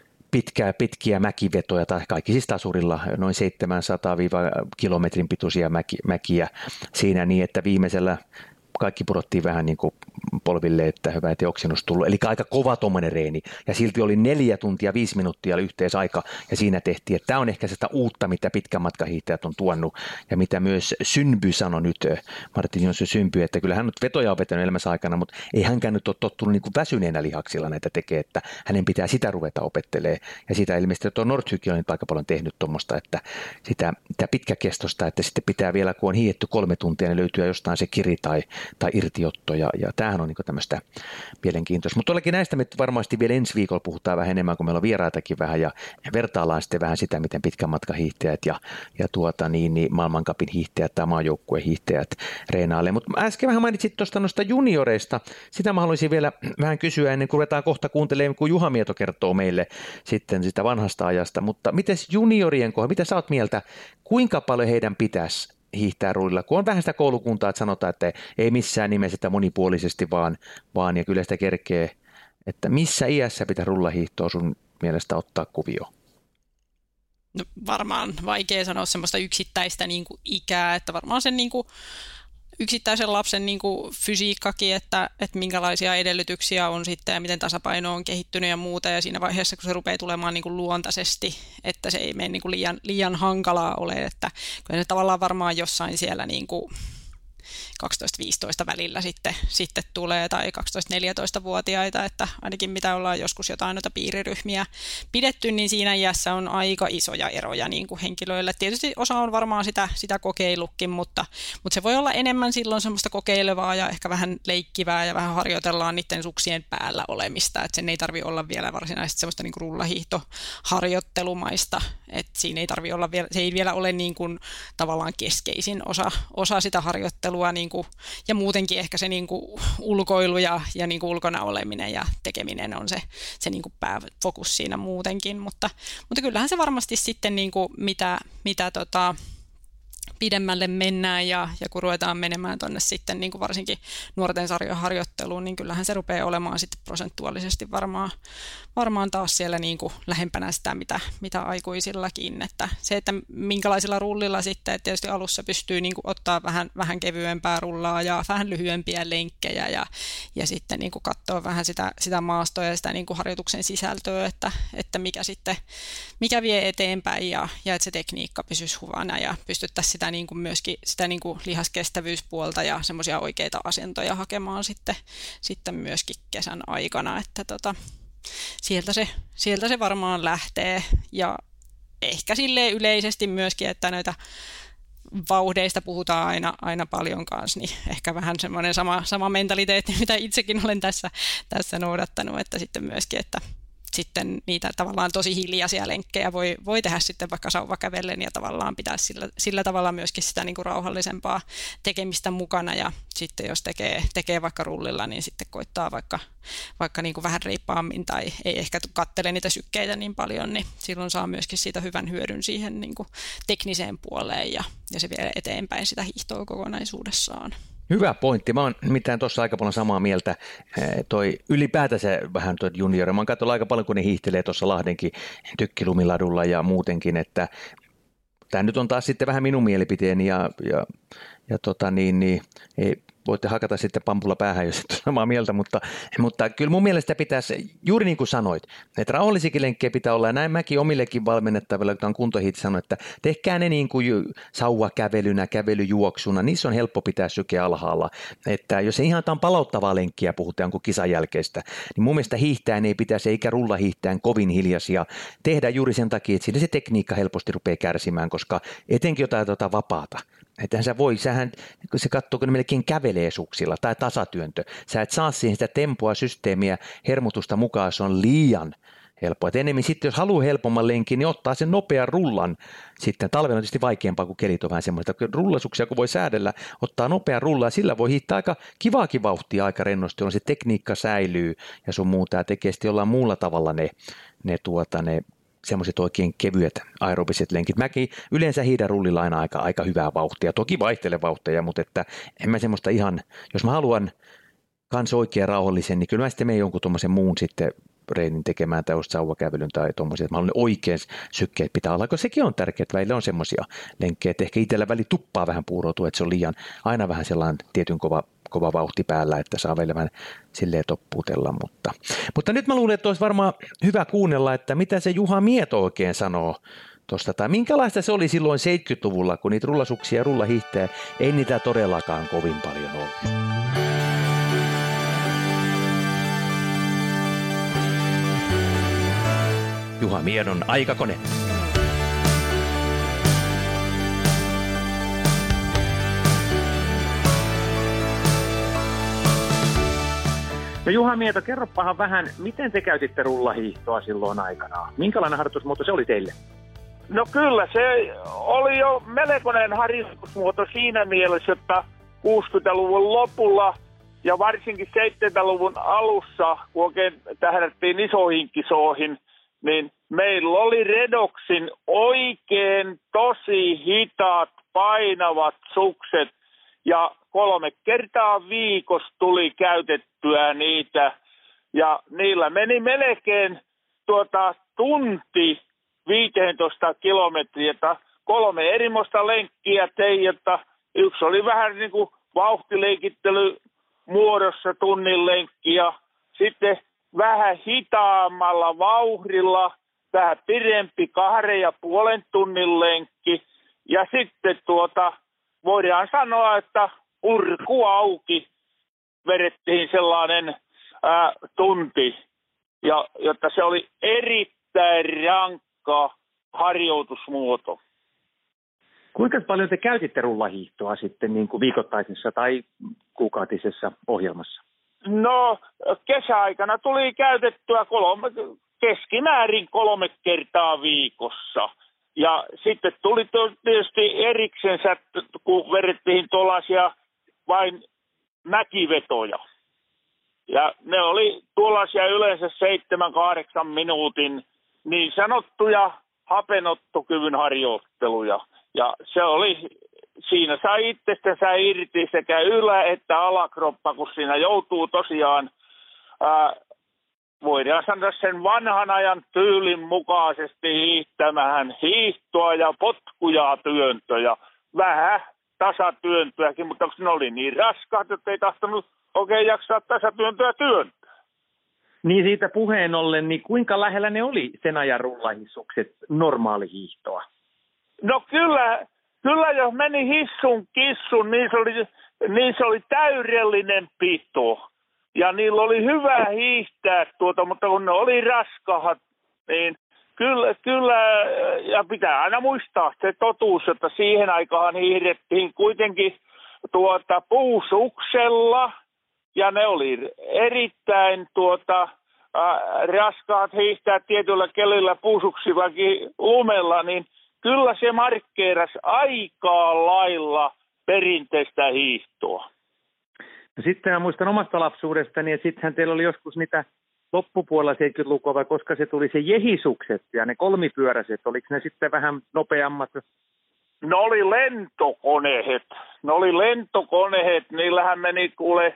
pitkiä mäkivetoja, tai kaikki siis tasurilla, noin 700 kilometrin pituisia mäkiä siinä niin, että viimeisellä kaikki pudottiin vähän niin kuin polville, että hyvä, että oksennus tullut. Eli aika kova tuommoinen reeni. Ja silti oli 4 tuntia 5 minuuttia yhteisaika. Ja siinä tehtiin, että tämä on ehkä sitä uutta, mitä pitkän matkahiihtäjät on tuonut. Ja mitä myös Synby sanoi nyt, Martin Jonsson Synby, että kyllä hän nyt vetoja on vetänyt elämänsä aikana, mutta ei hänkään nyt ole tottunut niin kuin väsyneenä lihaksilla näitä tekee, että hänen pitää sitä ruveta opettelemaan. Ja sitä ilmeisesti tuo Nordhyki on nyt aika paljon tehnyt tuommoista, että sitä pitkäkestosta, että sitten pitää vielä, kun on hiihetty 3 tuntia, niin löytyy jostain se kiri tai irtiotto, ja tämähän on niin tämmöistä mielenkiintoista. Mutta todellakin näistä me varmasti vielä ensi viikolla puhutaan vähän enemmän, kun meillä on vieraitakin vähän, ja vertaillaan sitten vähän sitä, miten pitkän matkan hiihtäjät ja maailmancupin hiihtäjät tai maajoukkueen hiihtäjät reenailee. Mutta äsken vähän mainitsit tuosta noista junioreista. Sitä mä haluaisin vielä vähän kysyä ennen kuin ruvetaan kohta kuuntelemaan, kun Juha Mieto kertoo meille sitten sitä vanhasta ajasta. Mutta mites juniorien kohdalla, mitä sä oot mieltä, kuinka paljon heidän pitäisi hiihtää rullilla, kun on vähän sitä koulukuntaa, että sanotaan, että ei missään nimessä sitä monipuolisesti, vaan ja kyllä sitä kerkee, että missä iässä pitää rullahiihtoa sun mielestä ottaa kuvio? No, varmaan vaikea sanoa semmoista yksittäistä niin kuin ikää, että varmaan sen niin kuin yksittäisen lapsen niin kuin fysiikkakin, että minkälaisia edellytyksiä on sitten ja miten tasapaino on kehittynyt ja muuta. Ja siinä vaiheessa, kun se rupeaa tulemaan niin kuin luontaisesti, että se ei mene niin kuin liian hankalaa ole. Että kyllä se tavallaan varmaan jossain siellä niin kuin 12-15 välillä sitten tulee, tai 12-14-vuotiaita, että ainakin mitä ollaan joskus jotain noita piiriryhmiä pidetty, niin siinä iässä on aika isoja eroja niin kuin henkilöille. Tietysti osa on varmaan sitä kokeillutkin, mutta se voi olla enemmän silloin semmoista kokeilevaa ja ehkä vähän leikkivää ja vähän harjoitellaan niiden suksien päällä olemista, että sen ei tarvitse olla vielä varsinaisesti semmoista niin kuin rullahiihtoharjoittelumaista, että siinä ei tarvitse olla vielä, se ei vielä ole niin kuin tavallaan keskeisin osa sitä harjoittelua niin kuin, ja muutenkin ehkä se niin kuin ulkoilu ja niin kuin ulkona oleminen ja tekeminen on se niin kuin pääfokus siinä muutenkin, mutta kyllähän se varmasti sitten niin kuin mitä pidemmälle mennään ja kun ruvetaan menemään tuonne sitten niin kuin varsinkin nuorten sarjojen harjoitteluun, niin kyllähän se rupeaa olemaan sitten prosentuaalisesti varmaan taas siellä niin kuin lähempänä sitä, mitä aikuisillakin. Että se, että minkälaisilla rullilla sitten, että tietysti alussa pystyy niin kuin ottaa vähän kevyempää rullaa ja vähän lyhyempiä lenkkejä ja sitten niin kuin katsoa vähän sitä maastoa ja sitä niin kuin harjoituksen sisältöä, että mikä vie eteenpäin ja että se tekniikka pysyisi hyvänä ja pystyttäisiin sitä niin kuin myöskin sitä niin kuin lihaskestävyyspuolta ja semmoisia oikeita asentoja hakemaan sitten myöskin kesän aikana, että sieltä se varmaan lähtee ja ehkä silleen yleisesti myöskin, että näitä vauhdeista puhutaan aina paljon kanssa, niin ehkä vähän semmoinen sama mentaliteetti, mitä itsekin olen tässä noudattanut, että sitten myöskin, että sitten niitä tavallaan tosi hiljaisia lenkkejä voi tehdä sitten vaikka sauvakävellen ja tavallaan pitää sillä tavalla myöskin sitä niin kuin rauhallisempaa tekemistä mukana ja sitten jos tekee vaikka rullilla, niin sitten koittaa vaikka niin kuin vähän reippaammin tai ei ehkä kattele niitä sykkeitä niin paljon, niin silloin saa myöskin siitä hyvän hyödyn siihen niin kuin tekniseen puoleen ja se vie eteenpäin sitä hiihtoa kokonaisuudessaan. Hyvä pointti. Mä oon mitään tuossa aika paljon samaa mieltä. Toi ylipäätänsä vähän tuo juniori. Mä oon katsonut aika paljon, kun ne hiihtelee tuossa Lahdenkin Tykkilumiladulla ja muutenkin, että tämä nyt on taas sitten vähän minun mielipiteeni ja ei, voitte hakata sitten pampulla päähän, jos et ole samaa mieltä, mutta kyllä mun mielestä pitäisi, juuri niin kuin sanoit, että rauhallisikin lenkkejä pitää olla, ja näin mäkin omillekin valmennettavilla, kun on kuntohiihti sanonut, että tehkää ne niin kuin sauvakävelynä, kävelyjuoksuna, niissä on helppo pitää syke alhaalla, että jos ei ihan tämän palauttavaa lenkkiä puhutaan jonkun kisan jälkeistä, niin mun mielestä hiihtäen ei pitäisi, eikä rullahiihtäen kovin hiljaisia tehdä juuri sen takia, että siinä se tekniikka helposti rupeaa kärsimään, koska etenkin jotain vapaata. Että kun se katsoo, kun ne melkein kävelee suksilla tai tasatyöntö, sä et saa siihen sitä tempoa, systeemiä, hermotusta mukaan, se on liian helppoa. Et enemmän sitten, jos haluaa helpomman lenkin, niin ottaa sen nopean rullan. Sitten talvella on tietysti vaikeampaa, kun kelit on vähän semmoista. Rullasuksia, kun voi säädellä, ottaa nopean rullaa ja sillä voi hiihtää aika kivaakin vauhtia aika rennosti, jolloin se tekniikka säilyy ja sun muuta. Ja tekee sitten jollain muulla tavalla ne semmoiset oikein kevyet aerobiset lenkit. Mäkin yleensä hiidän rullilla aina aika hyvää vauhtia. Toki vaihtele vauhtia, mutta että en mä semmoista ihan, jos mä haluan kans oikein rauhallisen, niin kyllä mä sitten menen jonkun tuommoisen muun sitten reenin tekemään tai just sauvakävelyn tai tuommoisia, että mä haluan oikein sykkeet pitää olla, koska sekin on tärkeää, että välillä on semmoisia lenkkejä, että ehkä itsellä väli tuppaa vähän puuroutua, että se on liian aina vähän sellainen tietyn kova vauhti päällä, että saa vielä vähän silleen toppuutella, mutta nyt mä luulen, että olisi varmaan hyvä kuunnella, että mitä se Juha Mieto oikein sanoo tuosta, tai minkälaista se oli silloin 70-luvulla, kun niitä rullasuksia ja rullahiihtejä, ei niitä todellakaan kovin paljon ollut. Juha Miedon aikakone. No Juha Mieto, kerropahan vähän, miten te käytitte rullahiihtoa silloin aikanaan? Minkälainen harjoitusmuoto se oli teille? No kyllä, se oli jo melkoinen harjoitusmuoto siinä mielessä, että 60-luvun lopulla ja varsinkin 70-luvun alussa, kun oikein tähdättiin isoihin kisoihin, niin meillä oli Redoxin oikein tosi hitaat, painavat sukset ja 3 kertaa viikossa tuli käytettyä niitä ja niillä meni melkein tunti 15 kilometriä, 3 erimoista lenkkiä tein, että yksi oli vähän niin kuin vauhtileikittely muodossa tunnin lenkki ja sitten vähän hitaammalla vauhdilla, vähän pidempi 2,5 tunnin lenkki ja sitten voidaan sanoa, että purku auki, vedettiin sellainen tunti, ja jotta se oli erittäin rankka harjoitusmuoto. Kuinka paljon te käytitte rullahiihtoa sitten niin kuin viikoittaisessa tai kuukautisessa ohjelmassa? No, kesäaikana tuli käytettyä keskimäärin 3 kertaa viikossa. Ja sitten tuli tietysti eriksensä, kun vedettiin tuollaisia vain mäkivetoja. Ja ne oli tuollaisia yleensä 7-8 minuutin niin sanottuja hapenottokyvyn harjoitteluja. Ja se oli, siinä sai itsestänsä irti sekä ylä- että alakroppa, kun siinä joutuu tosiaan, voidaan sanoa sen vanhan ajan tyylin mukaisesti hiihtämään hiihtoa ja potkuja työntöjä. Vähän tasatyöntöäkin, mutta ne oli niin raskaat, että ei tahtonut oikein jaksaa tasatyöntöä työntää. Niin siitä puheen ollen, niin kuinka lähellä ne oli sen ajan rullahissukset normaalihiihtoa? No kyllä jos meni hissun kissun, niin se oli täydellinen pito. Ja niillä oli hyvä hiihtää mutta kun ne oli raskahat, niin kyllä, ja pitää aina muistaa se totuus, että siihen aikaan hiihdettiin kuitenkin puusuksella, ja ne oli erittäin raskaat hiihtää tietyllä kelillä puusuksillakin lumella, niin kyllä se markkeerasi aikaa lailla perinteistä hiihtoa. No sitten mä muistan omasta lapsuudestani, että sittenhän teillä oli joskus niitä loppupuolella 70-lukua, vai koska se tuli se jehisukset ja ne kolmipyöräiset, oliko ne sitten vähän nopeammat? Ne oli lentokoneet, niillähän meni kuule,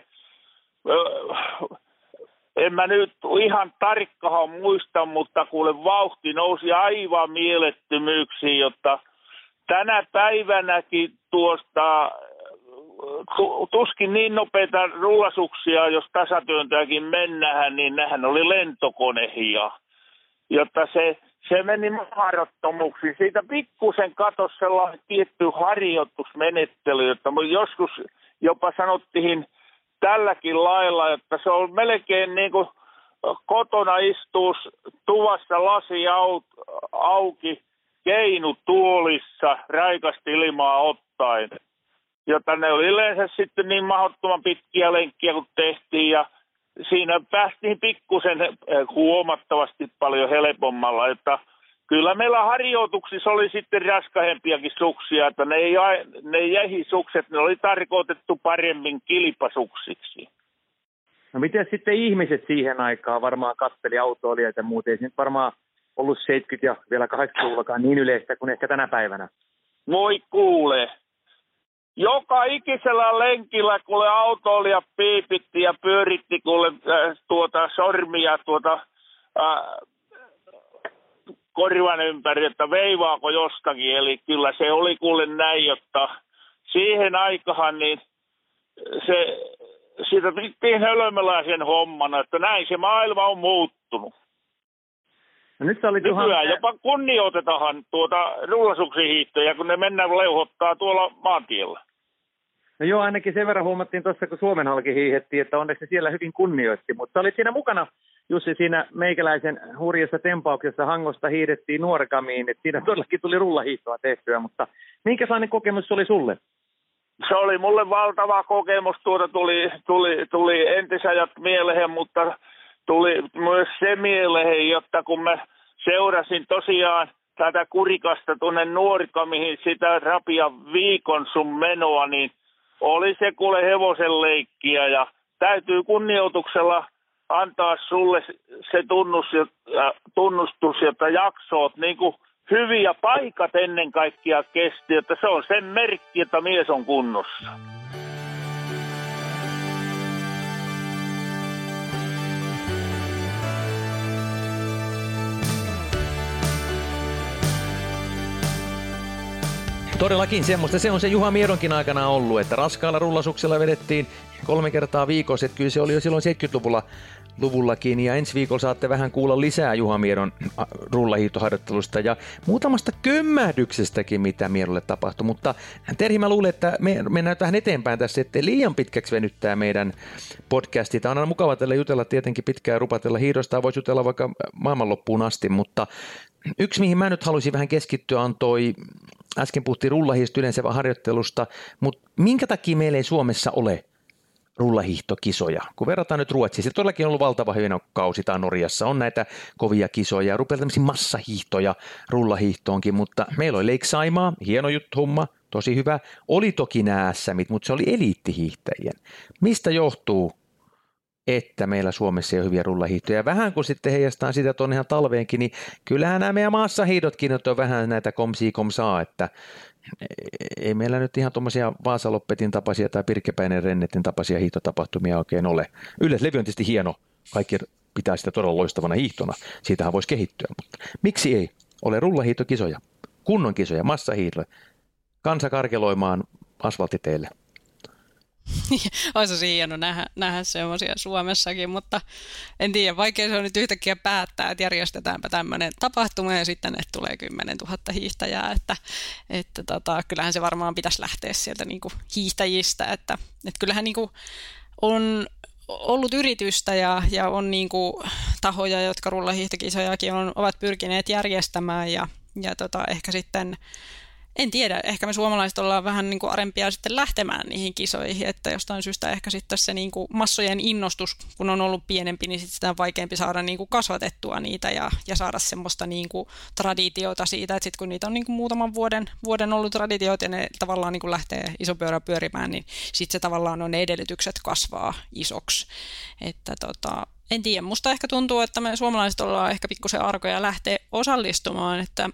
en mä nyt ihan tarkkaan muista, mutta kuule vauhti nousi aivan mielettömyyksiin, jotta tänä päivänäkin tuosta tuskin niin nopeita rullasuksia, jos tasatyöntöäkin mennään, niin nehän oli lentokonehia, jotta se meni mahdottomuksi. Siitä pikkusen katosi sellainen tietty harjoitusmenettely, jotta joskus jopa sanottiin tälläkin lailla, että se on melkein niin kuin kotona istuus tuvassa lasi auki, keinutuolissa, raikasti ilmaa ottaen. Jota ne oli yleensä sitten niin mahdottoman pitkiä lenkkiä kun tehtiin, ja siinä päästiin pikkusen huomattavasti paljon helpommalla, että kyllä meillä harjoituksissa oli sitten raskahempiakin suksia, että ne jähisukset, ne oli tarkoitettu paremmin kilpasuksiksi. No miten sitten ihmiset siihen aikaan varmaan katseli autoilijoita ja muuten, ei se nyt varmaan ollut 70- ja vielä 80-luvullakaan niin yleistä kuin ehkä tänä päivänä? Voi kuule. Joka ikisellä lenkillä, kuule autoilija piipitti ja pyöritti kuule sormia korvan ympäri, että veivaako jostakin. Eli kyllä se oli kuule näin, jotta siihen aikaan niin siitä pittiin hölmöläisen hommana, että näin se maailma on muuttunut. No nyt nykyään jopa kunnioitetaan rullasuksihiihtoja, kun ne mennään leuhottaa tuolla maantiellä. No joo, ainakin sen verran huomattiin tuossa, kun Suomen halki hiihettiin, että onneksi siellä hyvin kunnioitti. Mutta olit siinä mukana, Jussi, siinä meikäläisen hurjassa tempauksessa Hangosta hiihdettiin Nuorgamiin. Että siinä todellakin tuli rullahiihtoa tehtyä, mutta minkälainen kokemus oli sulle? Se oli mulle valtava kokemus. Tuli entisajat mieleen, mutta tuli myös se mieleen, jotta kun mä seurasin tosiaan tätä Kurikasta tuonne Nuorgamiin sitä rapia viikon sun menoa, niin oli se kuule hevosen leikkiä, ja täytyy kunnioituksella antaa sulle se tunnustus, jotta jaksoot niin kuin hyviä paikat ennen kaikkea kesti, että se on sen merkki, että mies on kunnossa. Todellakin semmoista. Se on se Juha Mieronkin aikana ollut, että raskaalla rullasuksella vedettiin 3 kertaa viikossa. Että kyllä se oli jo silloin 70-luvulla luvullakin ja ensi viikolla saatte vähän kuulla lisää Juha Miedon rullahiihtoharjoittelusta ja muutamasta kömmähdyksestäkin, mitä Miedolle tapahtui, mutta Terhi, mä luulen, että me mennään vähän eteenpäin tässä, ettei liian pitkäksi venyttää meidän podcastia. Tämä on aina mukava tällä jutella tietenkin pitkään rupatella hiihdosta, voisi jutella vaikka maailmanloppuun asti, mutta yksi, mihin mä nyt haluaisin vähän keskittyä, on toi, äsken puhuttiin rullahiihdosta yleensä harjoittelusta, mutta minkä takia meillä ei Suomessa ole rullahiihtokisoja? Kun verrataan nyt Ruotsiin, siellä todellakin on ollut valtava hieno kausi, tai Norjassa on näitä kovia kisoja, ja rupeaa tämmöisiä massahiihtoja rullahiihtoonkin, mutta meillä oli Lake Saimaa, hieno juttu homma, tosi hyvä. Oli toki nämä SM:t, mutta se oli eliittihiihtäjien. Mistä johtuu, että meillä Suomessa ei ole hyviä rullahiihtoja? Vähän kun sitten heijastaan sitä tuonne ihan talveenkin, niin kyllähän nämä meidän massahiihdotkin nyt on vähän näitä komsaa, että ei meillä nyt ihan tuommoisia Vaasaloppetin tapaisia tai Pirkepäinen Rennetin tapaisia hiihtotapahtumia oikein ole. Yleislevy on tietysti hieno, kaikki pitää sitä todella loistavana hiihtona, siitähän voisi kehittyä, mutta miksi ei ole rullahiihtokisoja, kunnon kisoja, massahiihtoja, kansa karkeloimaan asfalttiteille? Olisi hieno nähdä semmoisia Suomessakin, mutta en tiedä, vaikea se on nyt yhtäkkiä päättää, että järjestetäänpä tämmöinen tapahtuma ja sitten että tulee 10 000 hiihtäjää, että kyllähän se varmaan pitäisi lähteä sieltä niin kuin hiihtäjistä, että kyllähän niin kuin on ollut yritystä ja on niin kuin tahoja, jotka rullahiihtokisojakin ovat pyrkineet järjestämään ja ehkä sitten en tiedä, ehkä me suomalaiset ollaan vähän niin kuin arempia sitten lähtemään niihin kisoihin, että jostain syystä ehkä sitten se niin kuin massojen innostus, kun on ollut pienempi, niin sitten sitä on vaikeampi saada niin kuin kasvatettua niitä ja saada semmoista niin kuin traditiota siitä, että sitten kun niitä on niin kuin muutaman vuoden ollut traditiot ja ne tavallaan niin kuin lähtee iso pyörä pyörimään, niin sitten se tavallaan on ne edellytykset kasvaa isoksi, että en tiedä, musta ehkä tuntuu, että me suomalaiset ollaan ehkä pikkusen arkoja lähteä osallistumaan, että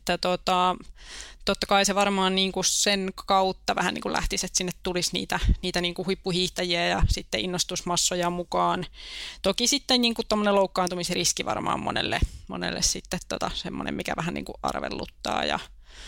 totta kai se varmaan niin kuin sen kautta vähän niin kuin lähtisi, että sinne tulisi niitä niin kuin huippuhiihtäjiä ja sitten innostusmassoja mukaan. Toki sitten niin kuin tommoinen loukkaantumisriski varmaan monelle sitten semmoinen, mikä vähän niin kuin arvelluttaa. Ja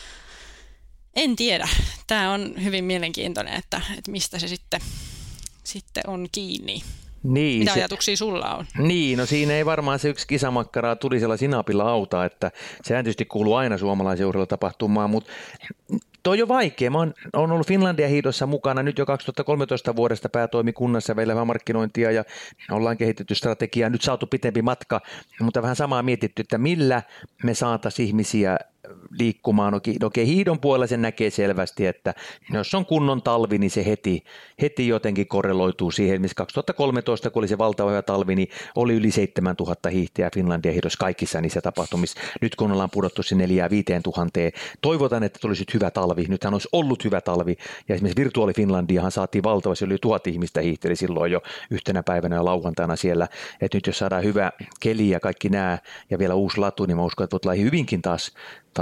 en tiedä, tämä on hyvin mielenkiintoinen, että mistä se sitten on kiinni. Niin, mitä ajatuksia sulla on? Niin, no siinä ei varmaan se yksi kisamakkara tulisella sinapilla auta, että sehän tietysti kuuluu aina suomalaisen urheilutapahtumaan, mutta toi on vaikea. Mä oon ollut Finlandia-hiihdossa mukana nyt jo 2013 vuodesta päätoimikunnassa, meillä on markkinointia ja ollaan kehitetty strategiaa, nyt saatu pitempi matka, mutta vähän samaa mietitty, että millä me saataisiin ihmisiä liikkumaan. Okei, hiidon puolella sen näkee selvästi, että jos on kunnon talvi, niin se heti jotenkin korreloituu siihen. Missä 2013, kun oli se valtava hyvä talvi, niin oli yli 7000 hiihtäjää Finlandia hiihdossa kaikissa niissä tapahtumissa. Nyt kun ollaan pudottu se 4 000–5 000, toivotaan, että tulisi hyvä talvi. Nythän olisi ollut hyvä talvi, ja esimerkiksi Virtuaali Finlandiahan saatiin valtavasti, oli 1000 ihmistä hiihteli silloin jo yhtenä päivänä ja lauantaina siellä. Että nyt jos saadaan hyvä keli ja kaikki nämä, ja vielä uusi latu, niin mä uskon, että voit hyvinkin taas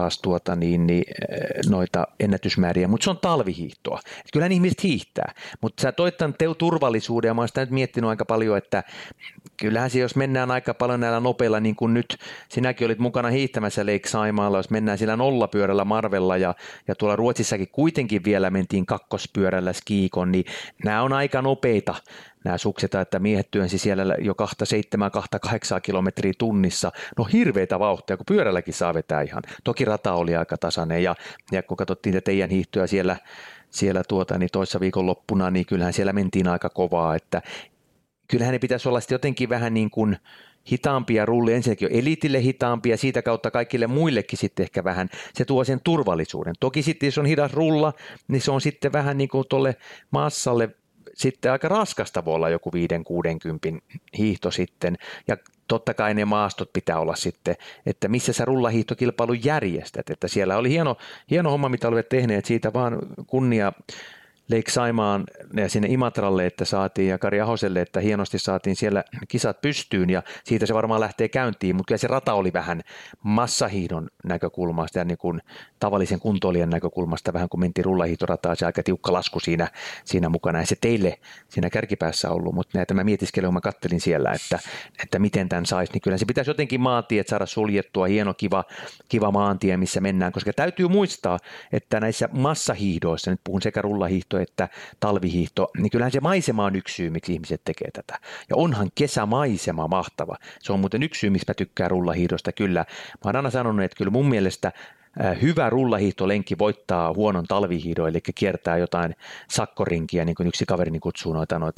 noita ennätysmääriä, mutta se on talvihiihtoa. Et kyllähän ihmiset hiihtää, mutta sä toit tämän turvallisuuden ja mä oon sitä nyt miettinyt aika paljon, että kyllähän se, jos mennään aika paljon näillä nopeilla, niin kuin nyt sinäkin olit mukana hiihtämässä Lake Saimaalla, jos mennään sillä nollapyörällä Marvella ja tuolla Ruotsissakin kuitenkin vielä mentiin kakkospyörällä skiikon, niin nämä on aika nopeita. Nämä sukset, että miehet työnsi siellä jo 2,7–2,8 kilometriä tunnissa. No hirveitä vauhtia, kun pyörälläkin saa vetää ihan. Toki rata oli aika tasainen ja kun katsottiin tätä teidän hiihtoa siellä niin toissa viikonloppuna, niin kyllähän siellä mentiin aika kovaa. Että kyllähän ne pitäisi olla sitten jotenkin vähän niin kuin hitaampia rullia, ensinnäkin on eliitille hitaampia ja siitä kautta kaikille muillekin sitten ehkä vähän se tuo sen turvallisuuden. Toki sitten jos on hidas rulla, niin se on sitten vähän niin kuin tuolle massalle sitten aika raskasta voi olla joku 5–60 hiihto sitten, ja totta kai ne maastot pitää olla sitten, että missä sä rullahiihtokilpailun järjestät, että siellä oli hieno homma, mitä olivat tehneet, siitä vaan kunnia Lake Saimaan ja sinne Imatralle, että saatiin, ja Kari Ahoselle, että hienosti saatiin siellä kisat pystyyn, ja siitä se varmaan lähtee käyntiin, mutta kyllä se rata oli vähän massahiihdon näkökulmasta ja niin kuin tavallisen kuntoilijan näkökulmasta, vähän kun mentiin rullahiihtorataa, se aika tiukka lasku siinä mukana, ja se teille siinä kärkipäässä ollut, mutta näitä mä mietiskelin, mä kattelin siellä, että miten tämän saisi, niin kyllä se pitäisi jotenkin maantiet saada suljettua, hieno kiva maantie, missä mennään, koska täytyy muistaa, että näissä massahiihdoissa, nyt puhun sekä rullahiihto rullahiihto että talvihiihto, niin kyllähän se maisema on yksi syy, miksi ihmiset tekee tätä. Ja onhan kesämaisema mahtava. Se on muuten yksi syy, miksi mä tykkään rullahiihdosta kyllä. Mä oon aina sanonut, että kyllä mun mielestä hyvä rullahiihtolenkki voittaa huonon talvihiihdon, eli kiertää jotain sakkorinkiä, niin kuin yksi kaverini kutsuu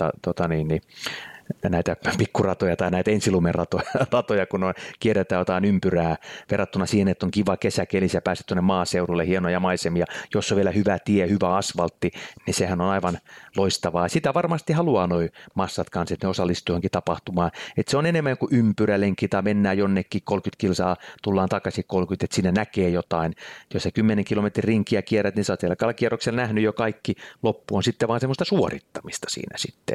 näitä pikkuratoja tai näitä ensilumen ratoja, kun kierretään jotain ympyrää verrattuna siihen, että on kiva kesäkeli, sä pääset tuonne maaseudulle, hienoja maisemia, jos on vielä hyvä tie, hyvä asfaltti, niin sehän on aivan loistavaa. Sitä varmasti haluaa noi massat kanssa, että ne osallistuu johonkin tapahtumaan. Että se on enemmän kuin ympyrälenkki tai mennään jonnekin 30 kilsaa, tullaan takaisin 30, että siinä näkee jotain. Jos sä 10 kilometrin rinkiä kierrät, niin sä oot siellä kierroksella nähnyt jo kaikki, loppu on sitten vaan semmoista suorittamista siinä sitten,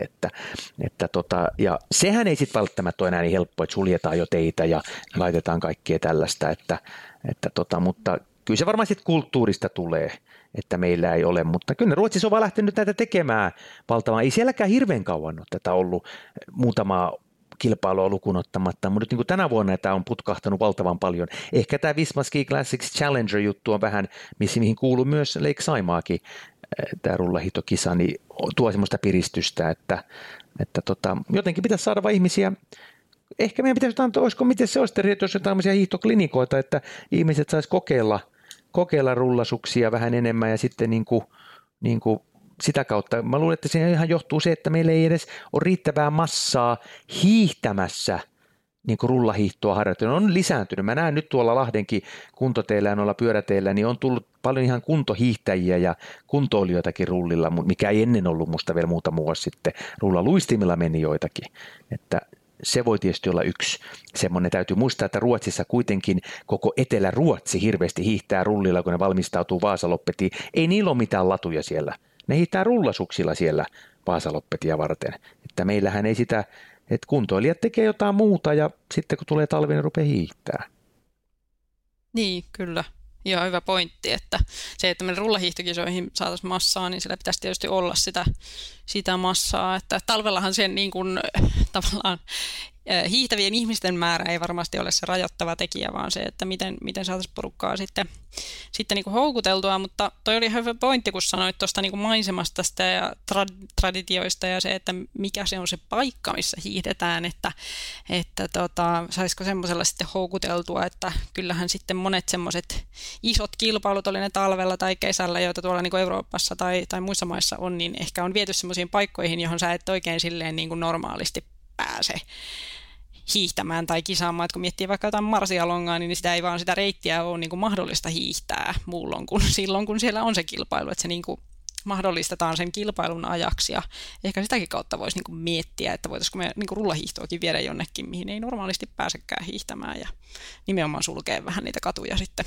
ja sehän ei sitten välttämättä ole enää niin helppoa, että suljetaan jo teitä ja laitetaan kaikkea tällaista, mutta kyllä se varmaan sitten kulttuurista tulee, että meillä ei ole, mutta kyllä Ruotsissa on vaan lähtenyt näitä tekemään valtavan. Ei sielläkään hirveän kauan ole tätä ollut muutamaa kilpailua lukuun ottamatta, mutta nyt niin kuin tänä vuonna tämä on putkahtanut valtavan paljon. Ehkä tämä Visma Ski Classics Challenger-juttu on vähän, mihin kuuluu myös Lake Saimaakin, tämä rullahiihtokisa, niin tuo semmoista piristystä, että jotenkin pitäisi saada vaan ihmisiä, ehkä meidän pitäisi olisiko miten se olisi, jos on tämmöisiä hiihtoklinikoita, että ihmiset saisi kokeilla rullasuksia vähän enemmän ja sitten niin kuin sitä kautta, mä luulen, että se ihan johtuu se, että meillä ei edes ole riittävää massaa hiihtämässä niin kuin rullahiihtoa harjoittanut, on lisääntynyt. Mä näen nyt tuolla Lahdenkin kuntoteillä ja noilla pyöräteillä, niin on tullut paljon ihan kuntohiihtäjiä ja kuntoilijoitakin rullilla, mikä ei ennen ollut musta vielä muutama vuosi sitten. Rullaluistimilla meni joitakin, että se voi tietysti olla yksi semmoinen. Täytyy muistaa, että Ruotsissa kuitenkin koko Etelä-Ruotsi hirveästi hiihtää rullilla, kun ne valmistautuu Vaasaloppetiin. Ei niillä ole mitään latuja siellä. Ne hiihtää rullasuksilla siellä Vaasaloppetia varten. Että meillähän ei sitä, että kuntoilijat tekee jotain muuta ja sitten kun tulee talvi, ne rupeaa hiihtää. Niin, kyllä. Ihan hyvä pointti, että se, että meidän rullahiihtokisoihin saataisiin massaa, niin sillä pitäisi tietysti olla sitä massaa. Että talvellahan sen niin kuin, tavallaan hiihtävien ihmisten määrä ei varmasti ole se rajoittava tekijä, vaan se, että miten saataisiin porukkaa sitten niin kuin houkuteltua. Mutta toi oli hyvä pointti, kun sanoit tuosta niin kuin maisemasta ja traditioista ja se, että mikä se on se paikka, missä hiihdetään, että saisiko semmoisella sitten houkuteltua, että kyllähän sitten monet semmoiset isot kilpailut, oli ne talvella tai kesällä, joita tuolla niin kuin Euroopassa tai muissa maissa on, niin ehkä on viety semmoisiin paikkoihin, johon sä et oikein silleen niin kuin normaalisti pääse hiihtämään tai kisaamaan, että kun miettii vaikka jotain Marsialongaa, niin sitä ei vaan sitä reittiä ole niin kuin mahdollista hiihtää muulloin kuin silloin, kun siellä on se kilpailu, että se niin kuin mahdollistetaan sen kilpailun ajaksi ja ehkä sitäkin kautta voisi niin kuin miettiä, että voitaisiinko me niin kuin rullahiihtoakin viedä jonnekin, mihin ei normaalisti pääsekään hiihtämään ja nimenomaan sulkea vähän niitä katuja sitten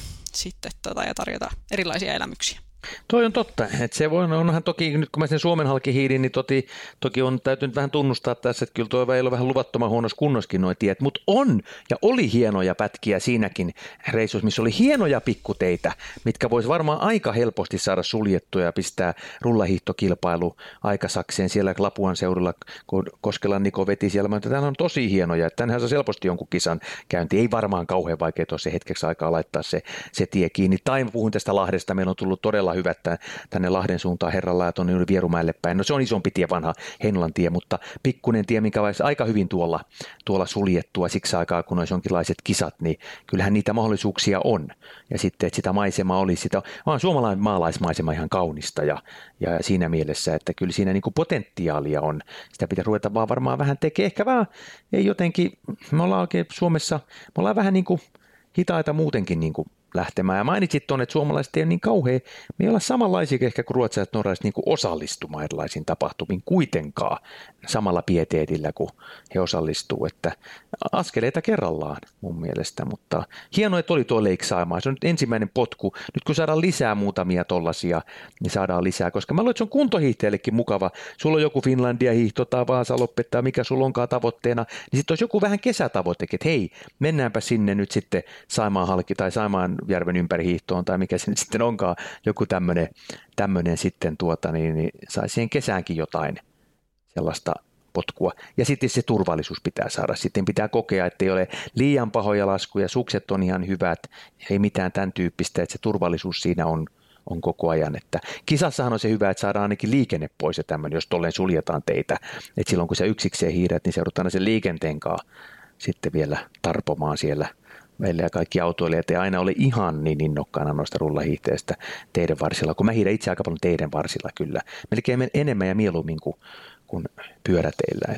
ja tarjota erilaisia elämyksiä. Toi on totta, että se onhan toki, nyt kun mä sen Suomen halki hiidin, niin toki on täytynyt vähän tunnustaa tässä, että kyllä tuo ei ole vähän luvattoman huonossa kunnossakin nuo tiet, mutta on ja oli hienoja pätkiä siinäkin reissussa, missä oli hienoja pikkuteitä, mitkä voisi varmaan aika helposti saada suljettua ja pistää rullahiihtokilpailu aikasakseen siellä Lapuan seudulla, kun Koskelan Niko veti siellä, mutta täällä on tosi hienoja, että tänhän saa helposti jonkun kisan käynti, ei varmaan kauhean vaikea tuossa hetkeksi aikaa laittaa se tie kiinni, tai puhun tästä Lahdesta, meillä on tullut todella hyvä tänne Lahden suuntaan herralla ja tuonne Vierumäelle päin. No se on isompi tie, vanha Heinolan tie, mutta pikkuinen tie, mikä olisi aika hyvin tuolla suljettua siksi aikaa, kun olisi jonkinlaiset kisat, niin kyllähän niitä mahdollisuuksia on. Ja sitten, että sitä maisemaa olisi, sitä vaan suomalainen maalaismaisema ihan kaunista ja siinä mielessä, että kyllä siinä niin kuin potentiaalia on. Sitä pitää ruveta vaan varmaan vähän tekemään. Ehkä vaan ei jotenkin, me ollaan oikein Suomessa, me ollaan vähän niin kuin hitaita muutenkin niin kuin lähtemään. Ja mainitsit tuonne, että suomalaiset ei ole niin kauhean, me ei olla samanlaisia ehkä kuin ruotsalaiset norjalaiset niin kuin osallistumaan erilaisiin tapahtumiin kuitenkaan samalla pieteetillä, kun he osallistuu, että askeleita kerrallaan mun mielestä, mutta hienoa, että oli tuo Lake Saimaa. Se on nyt ensimmäinen potku. Nyt kun saadaan lisää muutamia tollaisia, niin saadaan lisää, koska mä luulen, että se on kuntohiihtäjällekin mukava. Sulla on joku Finlandia-hiihto tai Vaasaloppe tai mikä sulla onkaan tavoitteena, niin sitten olisi joku vähän kesätavoite, että hei, mennäänpä sinne nyt sitten Saimaan halki tai Saimaan järven ympärihiihtoon tai mikä se nyt sitten onkaan, joku tämmöinen sitten niin saisi siihen kesäänkin jotain sellaista potkua. Ja sitten se turvallisuus pitää saada. Sitten pitää kokea, että ei ole liian pahoja laskuja, sukset on ihan hyvät, ei mitään tämän tyyppistä, että se turvallisuus siinä on koko ajan. Että kisassahan on se hyvä, että saadaan ainakin liikenne pois ja tämmöinen, jos tolleen suljetaan teitä. Että silloin kun sä yksikseen hiiret, niin se joudutaan sen liikenteen kanssa sitten vielä tarpomaan siellä. Meillä ja kaikki autoilijat ei aina ole ihan niin innokkaana noista rullahiihteistä teidän varsilla, kun mä hiihdän itse aika paljon teidän varsilla kyllä. Melkein enemmän ja mieluummin kuin pyöräteillä.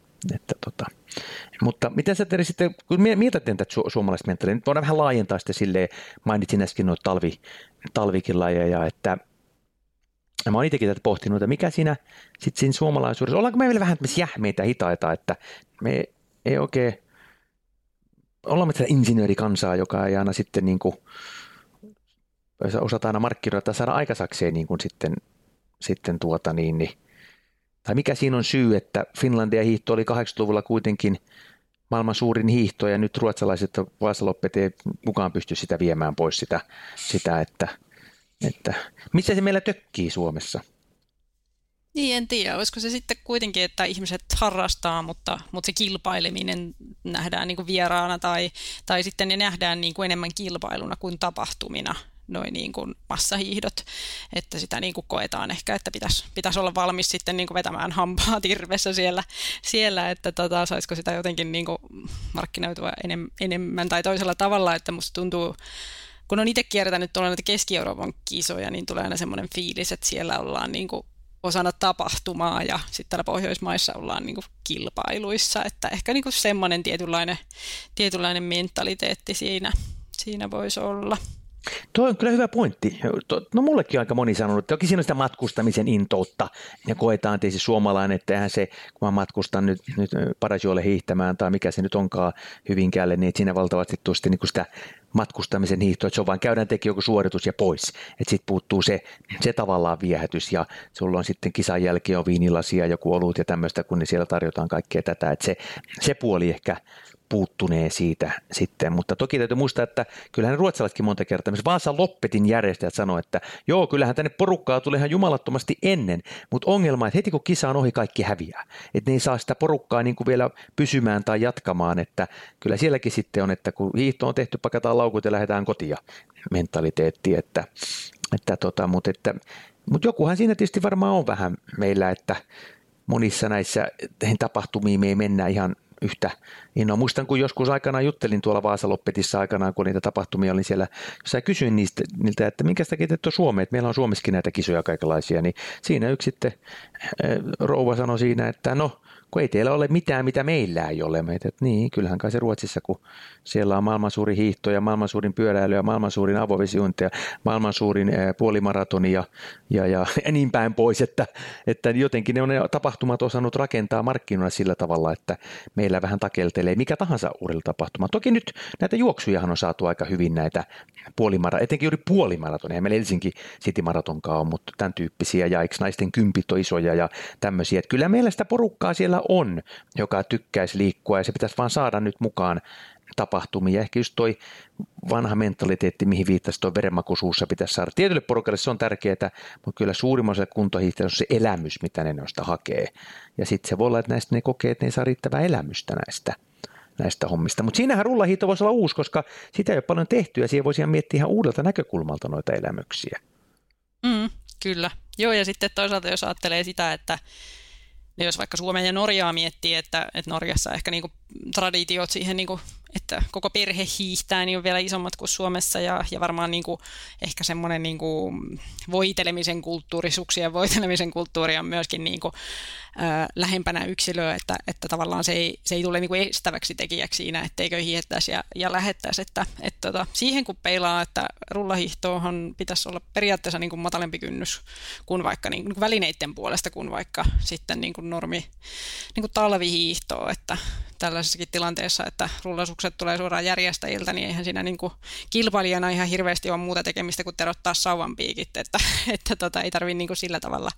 Mutta miten sä Teri sitten, kun mietätte tätä suomalaista mentaalia, nyt voidaan vähän laajentaa sitä silleen, mainitsin äsken noita talvikin lajeja, että mä oon itsekin tätä pohtinut, että mikä siinä sitten siinä suomalaisuudessa, ollaanko me vielä vähän jähmeitä hitaita, että me ei oikein, ollaan me tätä insinöörikansaa, joka ei aina sitten niin kuin, osataan aina markkinoida tai saada aikaisakseen niin kuin sitten tai mikä siinä on syy, että Finlandia hiihto oli 80-luvulla kuitenkin maailman suurin hiihto ja nyt ruotsalaiset Vasaloppet ei mukaan pysty sitä viemään pois sitä että missä se meillä tökkii Suomessa? Niin, en tiedä. Olisiko se sitten kuitenkin, että ihmiset harrastaa, mutta se kilpaileminen nähdään niin kuin vieraana tai sitten ne nähdään niin kuin enemmän kilpailuna kuin tapahtumina, noin niin kuin massahiihdot, että sitä niin kuin koetaan ehkä, että pitäisi olla valmis sitten niin kuin vetämään hampaa tirvessä siellä että saisiko sitä jotenkin niin kuin markkinoitua enemmän tai toisella tavalla, että musta tuntuu, kun on itse kiertänyt tuolla näitä Keski-Euroopan kisoja, niin tulee aina semmoinen fiilis, että siellä ollaan niin kuin osana tapahtumaa ja sitten täällä Pohjoismaissa ollaan niin kuin kilpailuissa, että ehkä niin kuin semmoinen tietynlainen mentaliteetti siinä voisi olla. Tuo on kyllä hyvä pointti. No mullekin on aika moni sanonut, että toki siinä on sitä matkustamisen intoutta ja koetaan tietysti suomalainen, että eihän se, kun mä matkustan nyt Parajoelle hiihtämään tai mikä se nyt onkaan Hyvinkäälle, niin siinä valtavasti tuosti niin sitä matkustamisen hiihtoa, että se on vaan käydään teki joku suoritus ja pois, että sitten puuttuu se tavallaan viehätys ja sulla on sitten kisan jälkeen on viinilasia, joku olut ja tämmöistä, kun niin siellä tarjotaan kaikkea tätä, että se puoli ehkä puuttunee siitä sitten, mutta toki täytyy muistaa, että kyllähän ruotsalaisetkin monta kertaa, myös Vaasan Loppetin järjestäjät sanoo, että joo, kyllähän tänne porukkaa tulee ihan jumalattomasti ennen, mutta ongelma on, että heti kun kisa on ohi, kaikki häviää, että ne ei saa sitä porukkaa niin kuin vielä pysymään tai jatkamaan, että kyllä sielläkin sitten on, että kun hiihto on tehty, pakataan laukut ja lähdetään kotia mentaliteetti, mutta jokuhan siinä tietysti varmaan on vähän meillä, että monissa näissä tapahtumiin me ei mennä ihan yhtä innoa. Muistan, kun joskus aikanaan juttelin tuolla Vaasaloppetissa aikanaan, kun niitä tapahtumia oli siellä, jos kysyin niiltä, että minkä takia te Suomeen, että meillä on Suomessakin näitä kisoja kaikenlaisia, niin siinä yksi sitten rouva sanoi siinä, että no, kun ei teillä ole mitään, mitä meillä ei ole. Meitä, että niin, kyllähän kai se Ruotsissa, kun siellä on maailman suurin hiihto ja maailman suurin pyöräily ja maailman suurin avovesiuinti ja maailman suurin puolimaratoni ja niin päin pois, että jotenkin ne on ne tapahtumat osannut rakentaa markkinoilla sillä tavalla, että meillä vähän takeltelee mikä tahansa uudella tapahtuma. Toki nyt näitä juoksujahan on saatu aika hyvin näitä etenkin juuri puolimaratoneja. Meillä Helsinki City Maratonkaan on, mutta tämän tyyppisiä ja eikö naisten kympit on isoja ja tämmöisiä. Että kyllä meillä sitä porukkaa siellä on, joka tykkäisi liikkua ja se pitäisi vaan saada nyt mukaan tapahtumia. Ehkä just toi vanha mentaliteetti, mihin viittasi tuo verenmakuisuussa pitäisi saada. Tietylle porukalle se on tärkeää, mutta kyllä suurimmaiselle kuntohiihtäjälle on se elämys, mitä ne noista hakee. Ja sitten se voi olla, että näistä ne kokee, että ne ei saa riittävää elämystä näistä hommista. Mutta siinähän rullahiihto voisi olla uusi, koska sitä ei ole paljon tehty ja siihen voisi miettiä ihan uudelta näkökulmalta noita elämyksiä. Kyllä. Joo, ja sitten toisaalta jos ajattelee sitä, että jos vaikka Suomea ja Norjaa miettii, että Norjassa ehkä niinku traditiot siihen, niinku, että koko perhe hiihtää, niin on vielä isommat kuin Suomessa ja varmaan niinku, ehkä semmoinen niinku, voitelemisen kulttuuri, suksien voitelemisen kulttuuri on myöskin niinku, lähempänä yksilöä, että tavallaan se ei tule niinku estäväksi tekijäksi siinä, etteikö hiihdettäisi ja lähettäisi. Että siihen kun peilaa, että rullahiihtoon pitäisi olla periaatteessa niinku matalempi kynnys kuin vaikka niinku välineiden puolesta kuin vaikka sitten niinku normi niinku talvihiihtoa, että tällaisessakin tilanteessa, että rullasukset tulee suoraan järjestäjiltä, niin eihän siinä niin kuin kilpailijana ihan hirveästi ole muuta tekemistä kuin terottaa sauvan piikit, että ei tarvitse niin kuin sillä tavalla